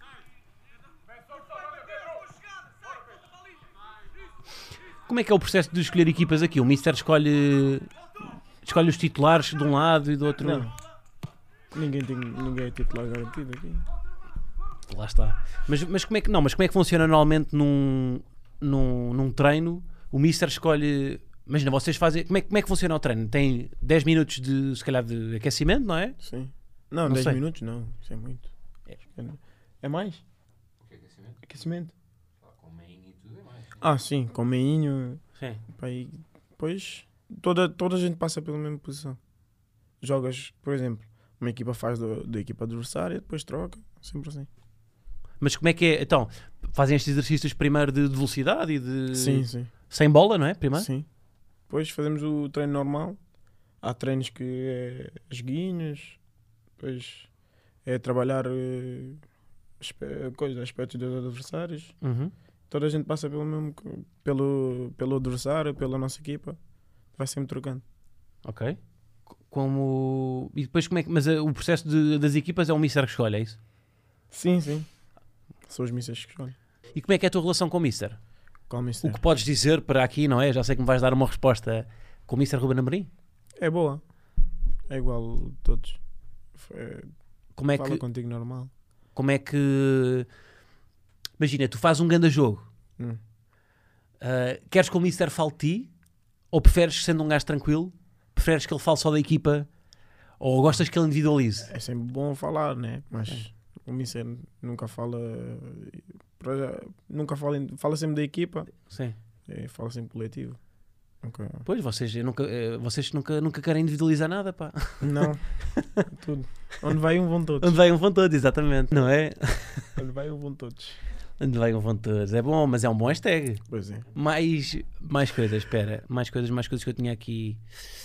Como é que é o processo de escolher equipas aqui? O Mister escolhe escolhe os titulares de um lado e do outro. Não. Ninguém, tem, ninguém é titular garantido aqui. Lá está. Mas, mas como é que não? Mas como é que funciona normalmente num, num, num treino? O Mister escolhe. Imagina, vocês fazem. Como é, como é que funciona o treino? Tem dez minutos de, se calhar, de aquecimento, não é? Sim. Não, Não dez sei. minutos não. Isso é muito. Acho que É é mais? O que é aquecimento? Aquecimento? Lá com meinho e tudo é mais. Ah, sim. Com meinho. Sim. Pá, e depois toda, toda a gente passa pela mesma posição. jogas, por exemplo, uma equipa faz do- da equipa adversária, depois troca, sempre assim. Mas como é que é? Então, fazem estes exercícios primeiro de, de velocidade e de... Sim, sim. Sem bola, não é? Primeiro? Sim. Depois fazemos o treino normal. Há treinos que é as guinhas, depois é trabalhar eh, aspe- coisas, aspectos dos adversários. Uhum. Toda a gente passa pelo mesmo, pelo, pelo adversário, pela nossa equipa. Vai sempre trocando. Ok. C- Como... E depois como é que... Mas eh, o processo de- das equipas é o mister que escolhe, é isso? Sim, sim. São os mísseis que escolhem. E como é que é a tua relação com o mister? Qual O mister? que podes dizer para aqui, não é? Já sei que me vais dar uma resposta com o mister Ruben Amorim. É boa. É igual a todos. É, Como é fala que... contigo normal. Como é que... Imagina, tu fazes um grande jogo. Hum. Ah, queres que o mister fale de ti? Ou preferes, sendo um gajo tranquilo, preferes que ele fale só da equipa? Ou gostas que ele individualize? É sempre bom falar, né? Mas É. o mister nunca fala. para já- Nunca fala, em- fala sempre da equipa. Sim. É, fala sempre coletivo. Nunca. Pois, vocês, eu nunca, eh, vocês nunca, nunca querem individualizar nada, pá. Não. Tudo. Onde vai um vão todos. Onde vai um vão todos, exatamente. Não é? Onde vai um vão todos. Onde vai um vão todos. É bom, mas é um bom hashtag. Pois é. Mais, mais coisas, espera. Mais coisas, mais coisas que eu tinha aqui.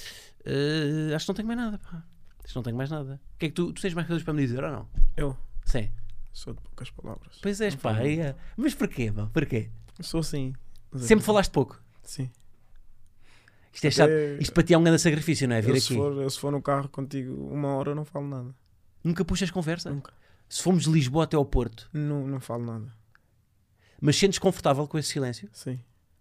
Eh, acho que não tenho mais nada, pá. Acho que não tenho mais nada. O que é que tu, tu tens mais coisas para me dizer ou não? Eu Sim. sou de poucas palavras. Pois és, Não pá. falo muito. é. Mas porquê, pá? Porquê? Sou assim. Mas é- Sempre falaste pouco. Sim. Isto é chato. Até- Isto para ti é um grande sacrifício, não é? Vir eu, aqui. se, for, eu se for no carro contigo uma hora, eu não falo nada. Nunca puxas conversa? Nunca. Se fomos de Lisboa até ao Porto, Não, não falo nada. mas sentes confortável com esse silêncio? Sim.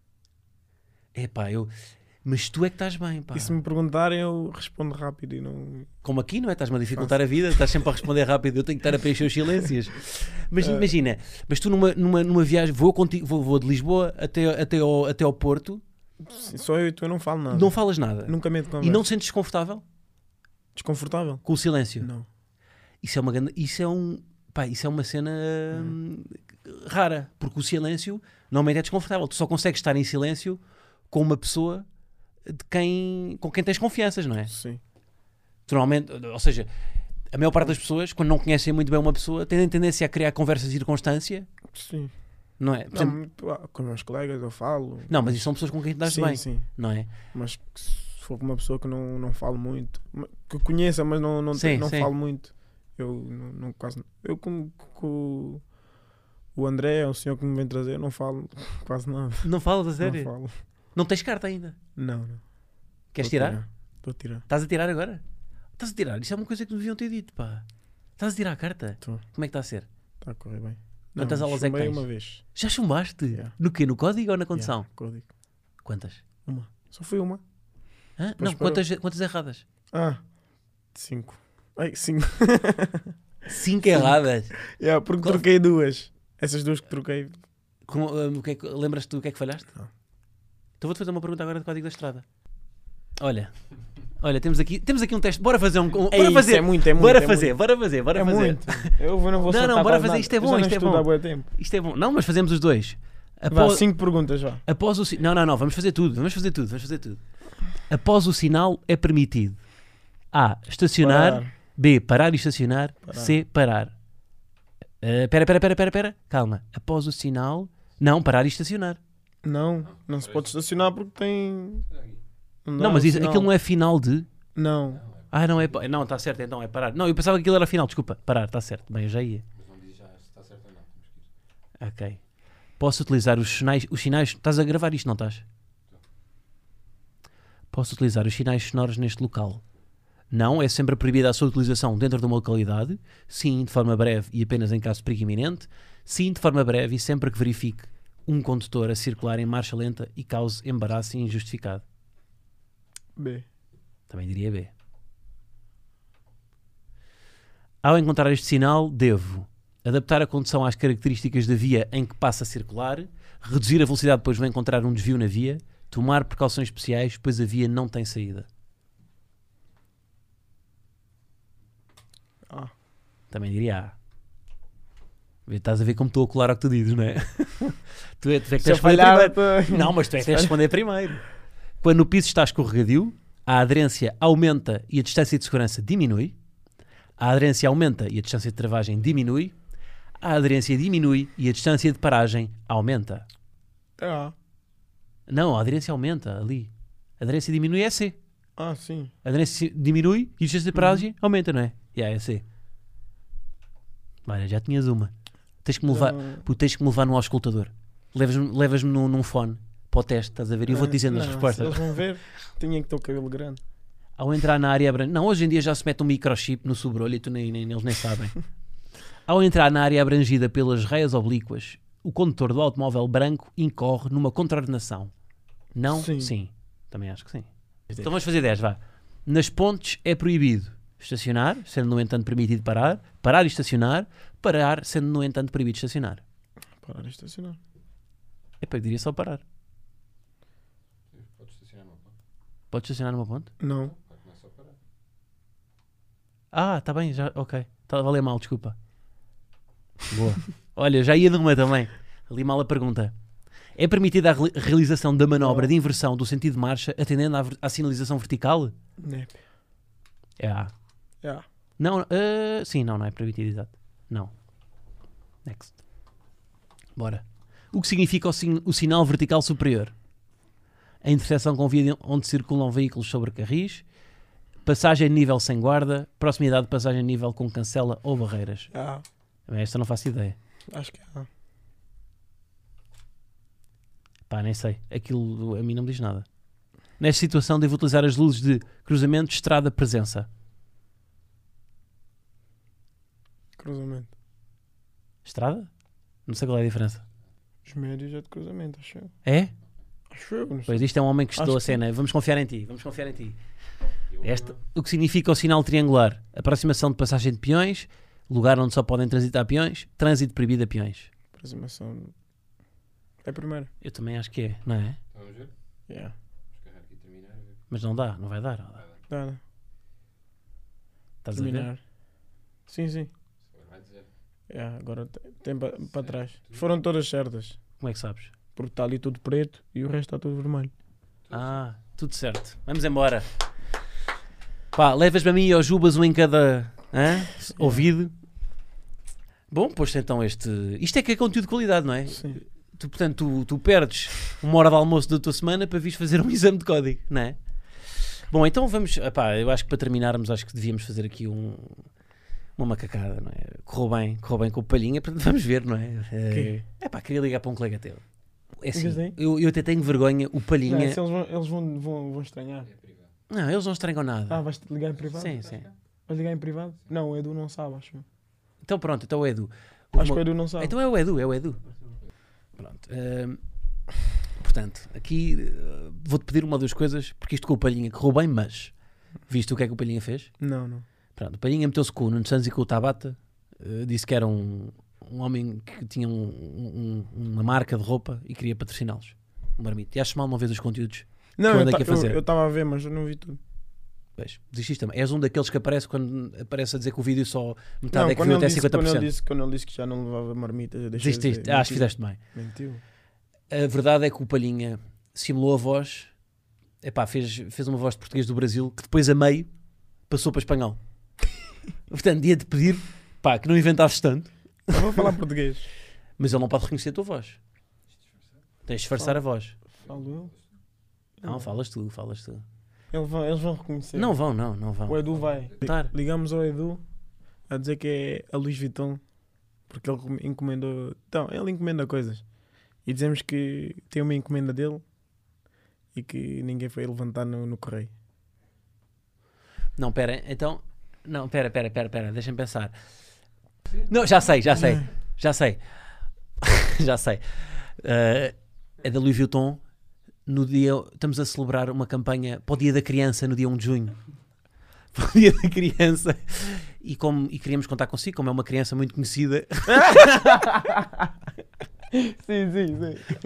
É pá, eu. Mas tu é que estás bem, pá. E se me perguntarem, eu respondo rápido e não. Como aqui, não é? Estás-me a dificultar a vida, estás sempre a responder rápido, eu tenho que estar a preencher os silêncios. Mas Eh. imagina, mas tu numa, numa, numa viagem, vou, contigo, vou, vou de Lisboa até, até, ao, até ao Porto, Sim, só eu e tu eu não falo nada. não falas nada. Nunca medo de E conversa. não te sentes desconfortável Desconfortável? com o silêncio? Não. Isso é uma grande, isso é um, pá, isso é uma cena hum, rara, porque o silêncio normalmente é desconfortável. Tu só consegues estar em silêncio com uma pessoa de quem, com quem tens confianças, não é? Sim. Tu normalmente, ou seja, a maior parte das pessoas, quando não conhecem muito bem uma pessoa, têm tendência a criar conversas de circunstância, Sim. não é? Por exemplo, Não, ah, com os meus colegas eu falo. não, mas isso são pessoas com quem te dás sim, bem, sim. não é? Mas que se for com uma pessoa que não, não falo muito, ma- que conheça, mas não, não, Sim, te- não sim. falo muito, eu não, não quase. Eu, com, com o André, é o senhor que me vem trazer, não falo quase nada. Não falas a Não sério? falo. Não tens carta ainda? Não, não. Queres Estou a tirar? Estou a tirar. Estás a tirar agora? Estás a tirar? Isso é uma coisa que me deviam ter dito, pá. Estás a tirar a carta? Tô. Como é que está a ser? Está a correr bem. Quantas aulas é que chumbei tens? uma vez. Já chumbaste? Yeah. No quê? No código ou na condição? Yeah, código. Quantas? Uma. Só foi uma. Hã? Pois Não, parou. quantas, quantas erradas? Ah, cinco. Ai, cinco. Cinco erradas. Yeah, porque Qual- troquei duas. Essas duas que troquei. Como, hum, o que é que- Lembras-te do que é que falhaste? Não. Então vou-te fazer uma pergunta agora de código da estrada. Olha, olha, temos aqui, temos aqui um teste. Bora fazer um. um bora Ei, isso fazer, é muito, é muito. bora é fazer, muito. bora fazer, bora É fazer. muito. Eu vou- não vou Não, soltar não, bora quase fazer, nada. isto é Eu bom, já não isto é estudo bom. há bué tempo. Isto é bom. Não, mas fazemos os dois. Vá, Após, cinco perguntas já. após o si- Não, não, não, vamos fazer tudo, vamos fazer tudo, vamos fazer tudo. Após o sinal é permitido A. Estacionar. Parar. B. Parar e estacionar. Parar. C. Parar. Eh, Pera, pera, pera, pera, pera. Calma. Após o sinal. Não, parar e estacionar. Não, não se pode estacionar porque tem. Não, mas isso, aquilo não é final de. Não. Ah, não é. pa- Não, está certo, então é parar. Não, eu pensava que aquilo era final, desculpa. Parar, está certo. Bem, eu já ia. Mas não diz já se está certo ou não. Temos que ir. Ok. Posso utilizar os sinais. Os sinais. Estás a gravar isto, não estás? Posso utilizar os sinais sonoros neste local. Não, é sempre proibida a sua utilização dentro de uma localidade. Sim, de forma breve e apenas em caso de perigo iminente. Sim, de forma breve e sempre que verifique um condutor a circular em marcha lenta e cause embaraço injustificado. B. Também diria B. Ao encontrar este sinal, devo adaptar a condução às características da via em que passa a circular, reduzir a velocidade depois de encontrar um desvio na via, tomar precauções especiais, pois a via não tem saída. A. Também diria A. Vê, estás a ver como estou a colar ao que tu dizes, não é? tu é, tu é que tens de Se eu responder falhar, primeiro. tô- Não, mas tu é que tens de responder primeiro. Quando o piso está escorregadio, A aderência aumenta e a distância de segurança diminui. A aderência aumenta e a distância de travagem diminui. A aderência diminui e a distância de paragem aumenta. Ah, Não, a aderência aumenta ali. A aderência diminui é C. ah sim. A aderência diminui e a distância de paragem aumenta, não é? Yeah, é C. Olha, já tinhas uma. Tens que me levar, Não. puto, tens que me levar no auscultador. Levas-me levas num, num fone para o teste, estás a ver? E eu vou-te dizendo não, as se respostas. Eles vão ver. Tinha que ter o cabelo grande. Ao entrar na área abrangida... Não, hoje em dia já se mete um microchip no sobrolho e tu nem, nem, eles nem sabem. Ao entrar na área abrangida pelas raias oblíquas, o condutor do automóvel branco incorre numa contraordenação. Não? Sim. Também acho que sim. Então vamos fazer dez, vá. Nas pontes é proibido estacionar, sendo no entanto permitido parar, parar e estacionar, parar, sendo no entanto proibido estacionar. Parar de estacionar. Epá, eu diria só parar. Podes estacionar numa ponte. Pode estacionar numa ponte? Não. Vai começar a parar. Ah, tá bem, já, ok. Estava a ler mal, desculpa. Boa. Olha, já ia numa também. Ali mal a pergunta. É permitida a re- realização da manobra de inversão do sentido de marcha atendendo à, ver- à sinalização vertical? Né. É A. Yeah. Não, eh, sim, não, não é permitido, exato. Não. Next. Bora. O que significa o, sin- o sinal vertical superior? A interseção com via de- onde circulam veículos sobre carris, passagem de nível sem guarda, proximidade de passagem de nível com cancela ou barreiras. Ah, Esta não faço ideia. acho que é. Pá, nem sei. Aquilo a mim não me diz nada. Nesta situação devo utilizar as luzes de cruzamento, estrada, presença. Cruzamento. Estrada? Não sei qual é a diferença. Os médios é de cruzamento, acho eu. É? Acho eu, não sei. Pois isto é um homem que estudou Acho a que cena. Vamos confiar em ti. Vamos confiar em ti. Eu, Esta, o que significa o sinal triangular? Aproximação de passagem de peões, lugar onde só podem transitar peões, trânsito proibido a peões. Aproximação. É primeiro. Eu também acho que é, não é? Então vamos ver. Yeah. Vamos carregar aqui e terminar. a ver. Mas não dá, não vai dar. Vai dar. Dá, né? Estás a ver? Terminar. Sim, sim. Agora vai dizer. Yeah, agora te- tem para trás. Foram todas certas. Como é que sabes? Porque está ali tudo preto e o resto está tudo vermelho. Ah, tudo certo. Vamos embora. Pá, levas-me a mim e aos Jubas um em cada hã? ouvido. Bom, pois então este... Isto é que é conteúdo de qualidade, não é? Sim. Tu, portanto, tu, tu perdes uma hora de almoço da tua semana para vires fazer um exame de código, não é? Bom, então vamos... Epá, eu acho que para terminarmos, acho que devíamos fazer aqui um, uma macacada, não é? Correu bem, correu bem com o Palhinha, portanto vamos ver, não é? É epá, queria ligar para um colega teu. É assim, Ligas aí? eu, eu até tenho vergonha, o Não, Palhinha... se eles vão, eles vão, vão, vão estranhar. É privado. Não, eles não estrangam nada. Ah, vais ligar em privado? Sim, sim. Vais ligar em privado? Não, o Edu não sabe, acho eu. Então pronto, então o Edu. Acho que o Edu não sabe. Então é o Edu, é o Edu. Pronto. hum, portanto, aqui uh, vou-te pedir uma ou duas coisas, porque isto com o Palhinha correu bem, mas viste o que é que o Palhinha fez? Não, não. Pronto, o Palhinha meteu-se com o Nuno Santos e com o Tabata, uh, disse que era um, um homem que tinha um- um- uma marca de roupa e queria patrociná-los. Um marmito. E achas mal não vês os conteúdos? Não, Que eu eu ando ta- aqui a fazer. eu estava a ver, mas eu não vi tudo. Pois, desististe também. És um daqueles que aparece quando aparece a dizer que o vídeo só metade Não, é que quando viu ele, até disse, cinquenta por quando, cento. ele disse, quando ele disse que já não levava marmita, eu deixei de Desististe. dizer. Acho que Mentiu. fizeste bem. Mentiu. A verdade é que o Palhinha simulou a voz, epá, fez, fez uma voz de português do Brasil que depois a meio passou para espanhol. Portanto, ia-te pedir pá, que não inventavas tanto, Eu vou falar português. mas ele não pode reconhecer a tua voz. Tens de disfarçar a voz. Falo eu. Não, falas tu, falas tu. Eles vão, eles vão reconhecer. Não vão, não, não vão. O Edu vai. Tá. Ligamos ao Edu a dizer que é a Louis Vuitton porque ele com- encomendou. Então, ele encomenda coisas. E dizemos que tem uma encomenda dele e que ninguém foi levantar no, no correio. Não, pera, então. Não, pera, pera, pera, pera, deixa-me pensar. Não, já sei, já sei, já sei. já sei. Uh, é da Louis Vuitton. No dia, estamos a celebrar uma campanha para o Dia da Criança, no dia um de junho. Para o Dia da Criança. E, como, e queríamos contar consigo, como é uma criança muito conhecida. Sim, sim, sim.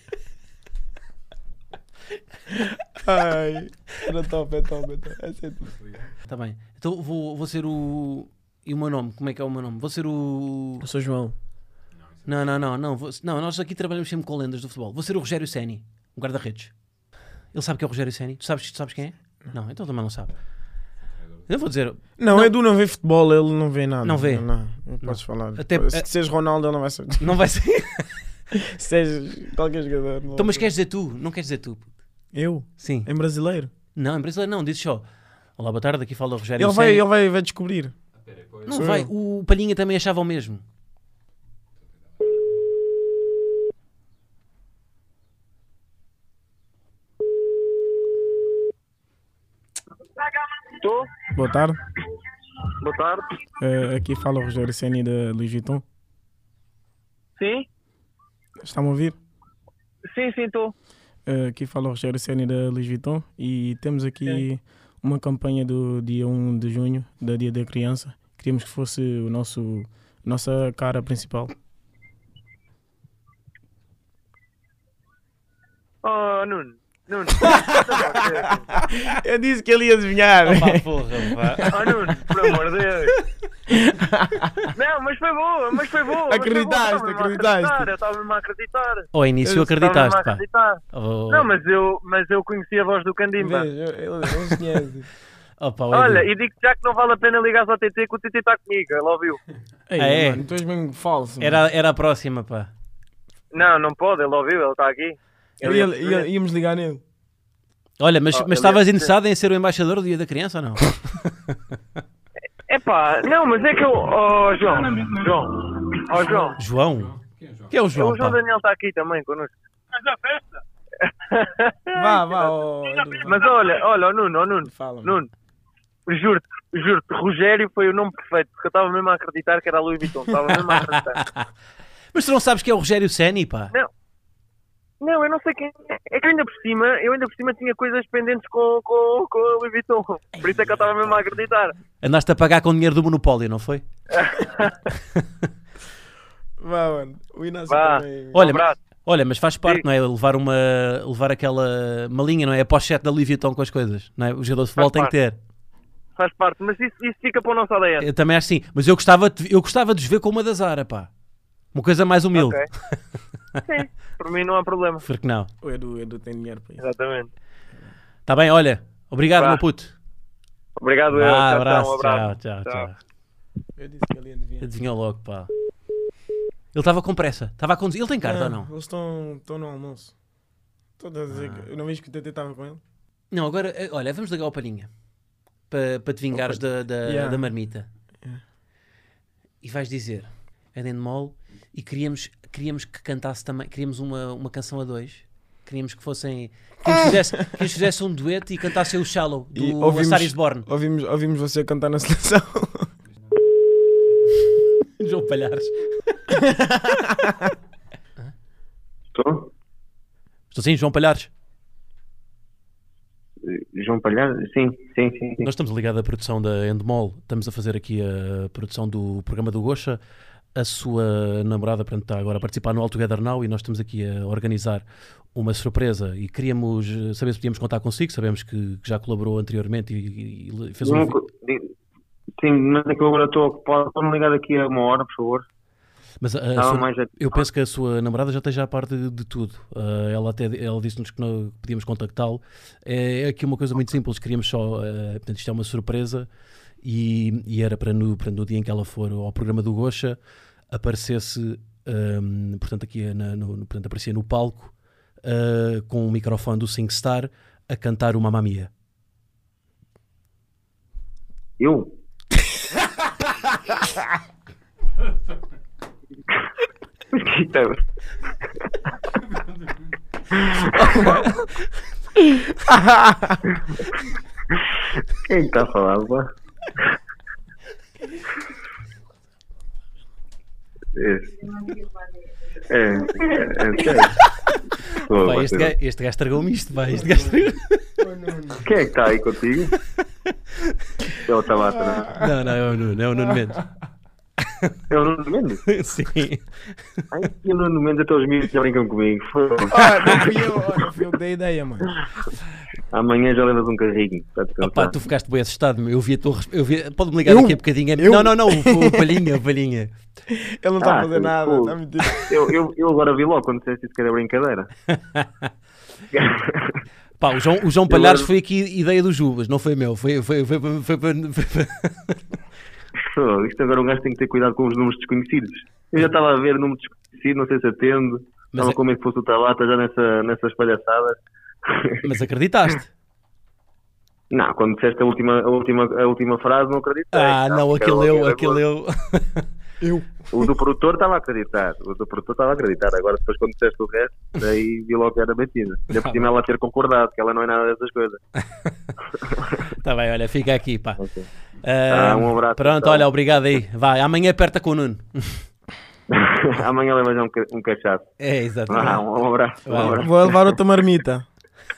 Ai, era top, é top, é top. Essa é tudo. Está bem. Então vou, vou ser o. E o meu nome? Como é que é o meu nome? Vou ser o. Eu sou João. Não, não, não, não, vou- não. Nós aqui trabalhamos sempre com lendas do futebol. Vou ser o Rogério Ceni, um guarda-redes. Ele sabe que é o Rogério Ceni. Tu sabes, tu sabes quem é? Não, então também não sabe. Eu vou dizer... Não, Não. Edu não vê futebol, ele não vê nada. Não vê? Não, não podes falar. Até- Se seres Ronaldo, ele não vai ser. Não vai ser... Se seres qualquer jogador. não Então, mas vai queres dizer tu? Não queres dizer tu? ser. Eu? Sim. Em brasileiro? Não, em brasileiro não, dizes só. Olá, boa tarde, aqui fala o Rogério Ele vai, Ceni. ele vai, vai descobrir. Não Sou vai, eu. o Palhinha também achava o mesmo. Estou? Boa tarde. Boa tarde. Eh, aqui fala o Rogério Ceni da Louis Vuitton. Sim? Está-me a ouvir? Sim, sim, estou. Eh, aqui fala o Rogério Ceni da Louis Vuitton e temos aqui uma campanha do dia um de junho, da Dia da Criança. Queríamos que fosse o nosso, nossa cara principal. Oh, Nuno. Nuno. Eu disse que ele ia adivinhar. Opa, porra, pá. Oh, Nuno, por amor de Deus. Não, mas foi boa, mas foi boa. mas foi boa. Acreditaste, Eu estava mesmo a acreditaste. acreditar, Eu estava mesmo a acreditar. Ao início Eu Estava mesmo acreditaste, a pá. acreditar. Oh, Não, mas eu, mas eu conheci a voz do Candimba. Vês, eu- ele não se conhece. opa, o Olha, Edu. e digo já que não vale a pena ligar ao T T, que o T T está comigo, ele ouviu. Ei, Ah, é? mano, tu és mesmo falso. mano. Era, era a próxima, pá. Não, não pode, ele ouviu, ele está aqui. Eu Ele ia ia- perceber. ia- íamos ligar nele. Olha, mas, Oh, mas ele estavas ia- interessado em ser o embaixador do Dia da Criança ou não? Epá, não, mas é que eu... Oh, João, João, oh, João. João? Que é o João, O João pá? Daniel está aqui também connosco. Vá, vá, oh, Edu, vá. Mas olha, olha, oh, Nuno, oh, Nuno, Fala, mano. Nuno, juro-te, juro-te, Rogério foi o nome perfeito, porque eu estava mesmo a acreditar que era a Louis Vuitton, estava mesmo a acreditar. Mas tu não sabes que é o Rogério Ceni, pá? Não, eu não sei quem é. É que ainda por cima, eu ainda por cima tinha coisas pendentes com, com, com a Louis Vuitton, por isso é que eu estava mesmo a acreditar. Andaste a pagar com dinheiro do monopólio, não foi? Vá, mano. O Inácio Vá. também. Olha, Um abraço. Olha, mas faz parte, Sim. não é? Levar uma, levar aquela malinha, não é? A pochete da Louis Vuitton com as coisas, não é? O jogador de futebol tem que ter. Faz parte, mas isso, isso fica para o nosso A D N. Eu também acho sim. Mas eu gostava de, eu gostava de os ver com uma da Zara, pá. Uma coisa mais humilde. Ok. Sim, por mim não há problema. Porque não? O Edu, o Edu tem dinheiro para isso. Exatamente. Tá bem, olha. Obrigado, Vá. meu puto. Obrigado, eu. Vá, Tchau, tchau, abraço. um abraço. Tchau, tchau, tchau. Eu disse que ele ia adivinhar. Adivinhou logo, pá. Ele estava com pressa. Estava a conduzir. Ele tem carta ou não? Eles estão estão no almoço. Estou a dizer que eu não vejo que o T T estava com ele. Não, agora, eh, olha, vamos ligar ao Palhinha. Para pa te vingares da, da, Yeah. da marmita. Yeah. E vais dizer, Endemol, e queríamos, queríamos que cantasse também, queríamos uma, uma canção a dois. Queríamos que fossem, queríamos que fizesse, queríamos que fizesse um dueto e cantassem o Shallow, E do ouvimos- A Star Is Born. Ouvimos, ouvimos você cantar na seleção. João Palhares. Estou? Estou sim, João Palhares. João Palhares? Sim, sim, sim. sim. Nós estamos ligados à produção da Endemol, estamos a fazer aqui a produção do programa do Gosha. A sua namorada, portanto, está agora a participar no All Together Now e nós estamos aqui a organizar uma surpresa e queríamos eh, saber se podíamos contar consigo. Sabemos que, que já colaborou anteriormente e, e fez um... Nunca- di- Sim, mas é que eu agora estou ocupado. Pode-me ligar daqui a uma hora, por favor. Mas a- a Estava sua- mais a... eu penso que a sua namorada já esteja a par de, de tudo. Ah, ela até ela disse-nos que não podíamos contactá-lo. É, é aqui uma coisa muito simples, queríamos só, ah, portanto, isto é uma surpresa e, e era para no, para no dia em que ela for ao programa do Gosha aparecesse, ahm, portanto, aqui na, no, no- portanto, aparecia no palco ah, com o microfone do SingStar a cantar o Mamma Mia. Eu? Mas que isto é... Quem é que está a falar, pá? Esse. É, é, é sério. Pô, Pá, este, vocês- gajo, este gajo estragou-me isto. Pá, este gajo estragou... Quem é que está aí contigo? Ele estava atrás. Não, não, é o Nuno, é o Nuno Mendes. É o Nuno Mendes? Sim. Ai, e o Nuno Mendes até os miúdos já brincam comigo. Fogo. Ah, não fui eu, olha, fui eu que dei a ideia, mano. Amanhã já levas um carrinho. Está Opa, descansado. tu ficaste bem assustado, meu. Eu vi a tua resp- eu vi... Pode-me ligar Eu? daqui a bocadinho. Eu? Não, não, não, o, o Palhinha, o Palhinha. Ele não está Ah, a fazer sim, nada, pô. está a mentir. Eu, eu, eu agora vi logo quando disseste isso que era brincadeira. Pá, Pá, o João, o João Palhares foi aqui ideia do Jubas, não foi meu. Foi, foi, foi, foi, foi, foi, foi... Oh, isto agora um gajo tem que ter cuidado com os números desconhecidos. Eu já estava a ver números desconhecidos, não sei se atendo. Mas Estava é- como é que fosse o Tabata já nessa, nessas palhaçadas. Mas acreditaste? Não, quando disseste a última, a última, a última frase, não acreditei. Ah, não, porque aquele era eu, logo- aquele eu. Eu. O do produtor estava a acreditar. O do produtor estava a acreditar. Agora, depois, quando disseste o resto, daí vi logo que era mentira. Ainda por cima ela ter concordado, que ela não é nada dessas coisas. Tá bem, olha, fica aqui, pá. Ok. Ah, Ah, um abraço, Pronto, então. olha, obrigado aí. Vai, amanhã aperta com o Nuno. Amanhã leva já um, ca- um cachaço. É, exato. Ah, um abraço. Um Vai. abraço. Vou levar outra marmita.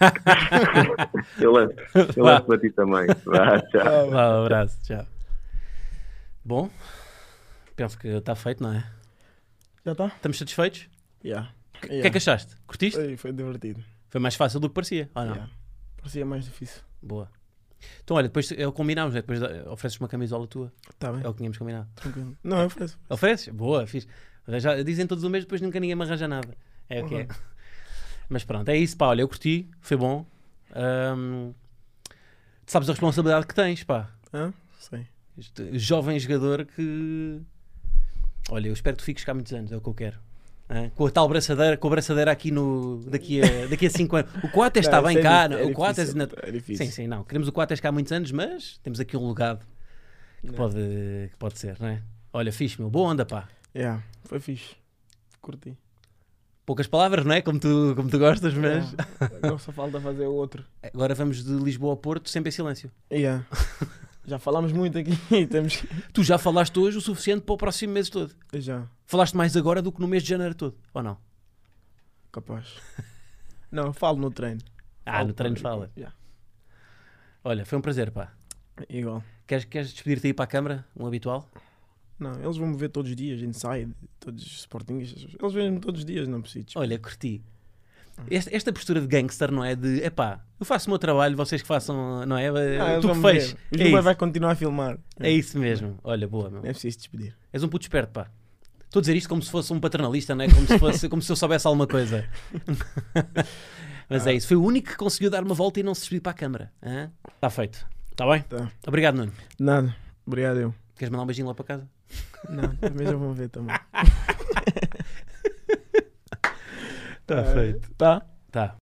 Eu levo, eu Vá. levo para ti também. Vá, tchau. Vá, um abraço, tchau. Bom, penso que está feito, não é? Já está? Estamos satisfeitos? Yeah. O que é que achaste? Curtiste? Foi, foi divertido. Foi mais fácil do que parecia, ou não? Yeah. Parecia mais difícil. Boa. Então, olha, depois é o que combinámos, né? Depois eh, ofereces uma camisola tua. Está bem, É o que tínhamos combinado. tranquilo. Não, eu faço. Ofereces? Boa, fiz. Já dizem todos o mesmo, depois nunca ninguém me arranja nada. É o que é. Mas pronto, é isso, pá. Olha, eu curti, foi bom. Ahm, tu sabes a responsabilidade que tens, pá. Hã? Sei. Este jovem jogador que. Olha, eu espero que tu fiques cá muitos anos, é o que eu quero. Hã? Com a tal braçadeira, com a braçadeira aqui no. Daqui a, daqui a cinco anos. O Coates está Não, bem isso é cá. dif- não, é o Coates difícil, ainda- é difícil. Sim, sim, não. Queremos o Coates cá há muitos anos, mas temos aqui um legado que, Não. pode, que pode ser, não é? Olha, fixe, meu. Boa onda, pá. Yeah, foi fixe. Curti. Poucas palavras, não é? Como tu, como tu gostas, mas. Yeah. Agora só falta fazer o outro. Agora vamos de Lisboa ao Porto, sempre em silêncio. Yeah. Já falámos muito aqui e temos que... Tu já falaste hoje o suficiente para o próximo mês todo. Já, Falaste mais agora do que no mês de janeiro todo, ou não? capaz. Não, falo no treino. Ah, Falo no treino para- fala. Yeah. Olha, foi um prazer, pá. Igual. Queres, queres despedir-te aí para a câmara, um habitual? Não, eles vão me ver todos os dias, inside, todos os sportingistas. Eles veem-me todos os dias, não preciso. Olha, curti. Esta, esta postura de gangster, não é? De, epá, eu faço o meu trabalho, vocês que façam, não é? Ah, eles tu que vão me fez. ver. O É Juba isso. vai continuar a filmar. É isso mesmo. Olha, boa, meu. Não é preciso despedir. És um puto esperto, pá. Estou a dizer isto como se fosse um paternalista, não é? Como se, fosse, como se eu soubesse alguma coisa. Mas é isso. Foi o único que conseguiu dar uma volta e não se despedir para a câmara. Está feito. Está bem? Tá. Obrigado, Nuno. Nada. Obrigado eu. Queres mandar um beijinho lá para casa? Não, também já vão ver também. Está feito. Tá? Tá.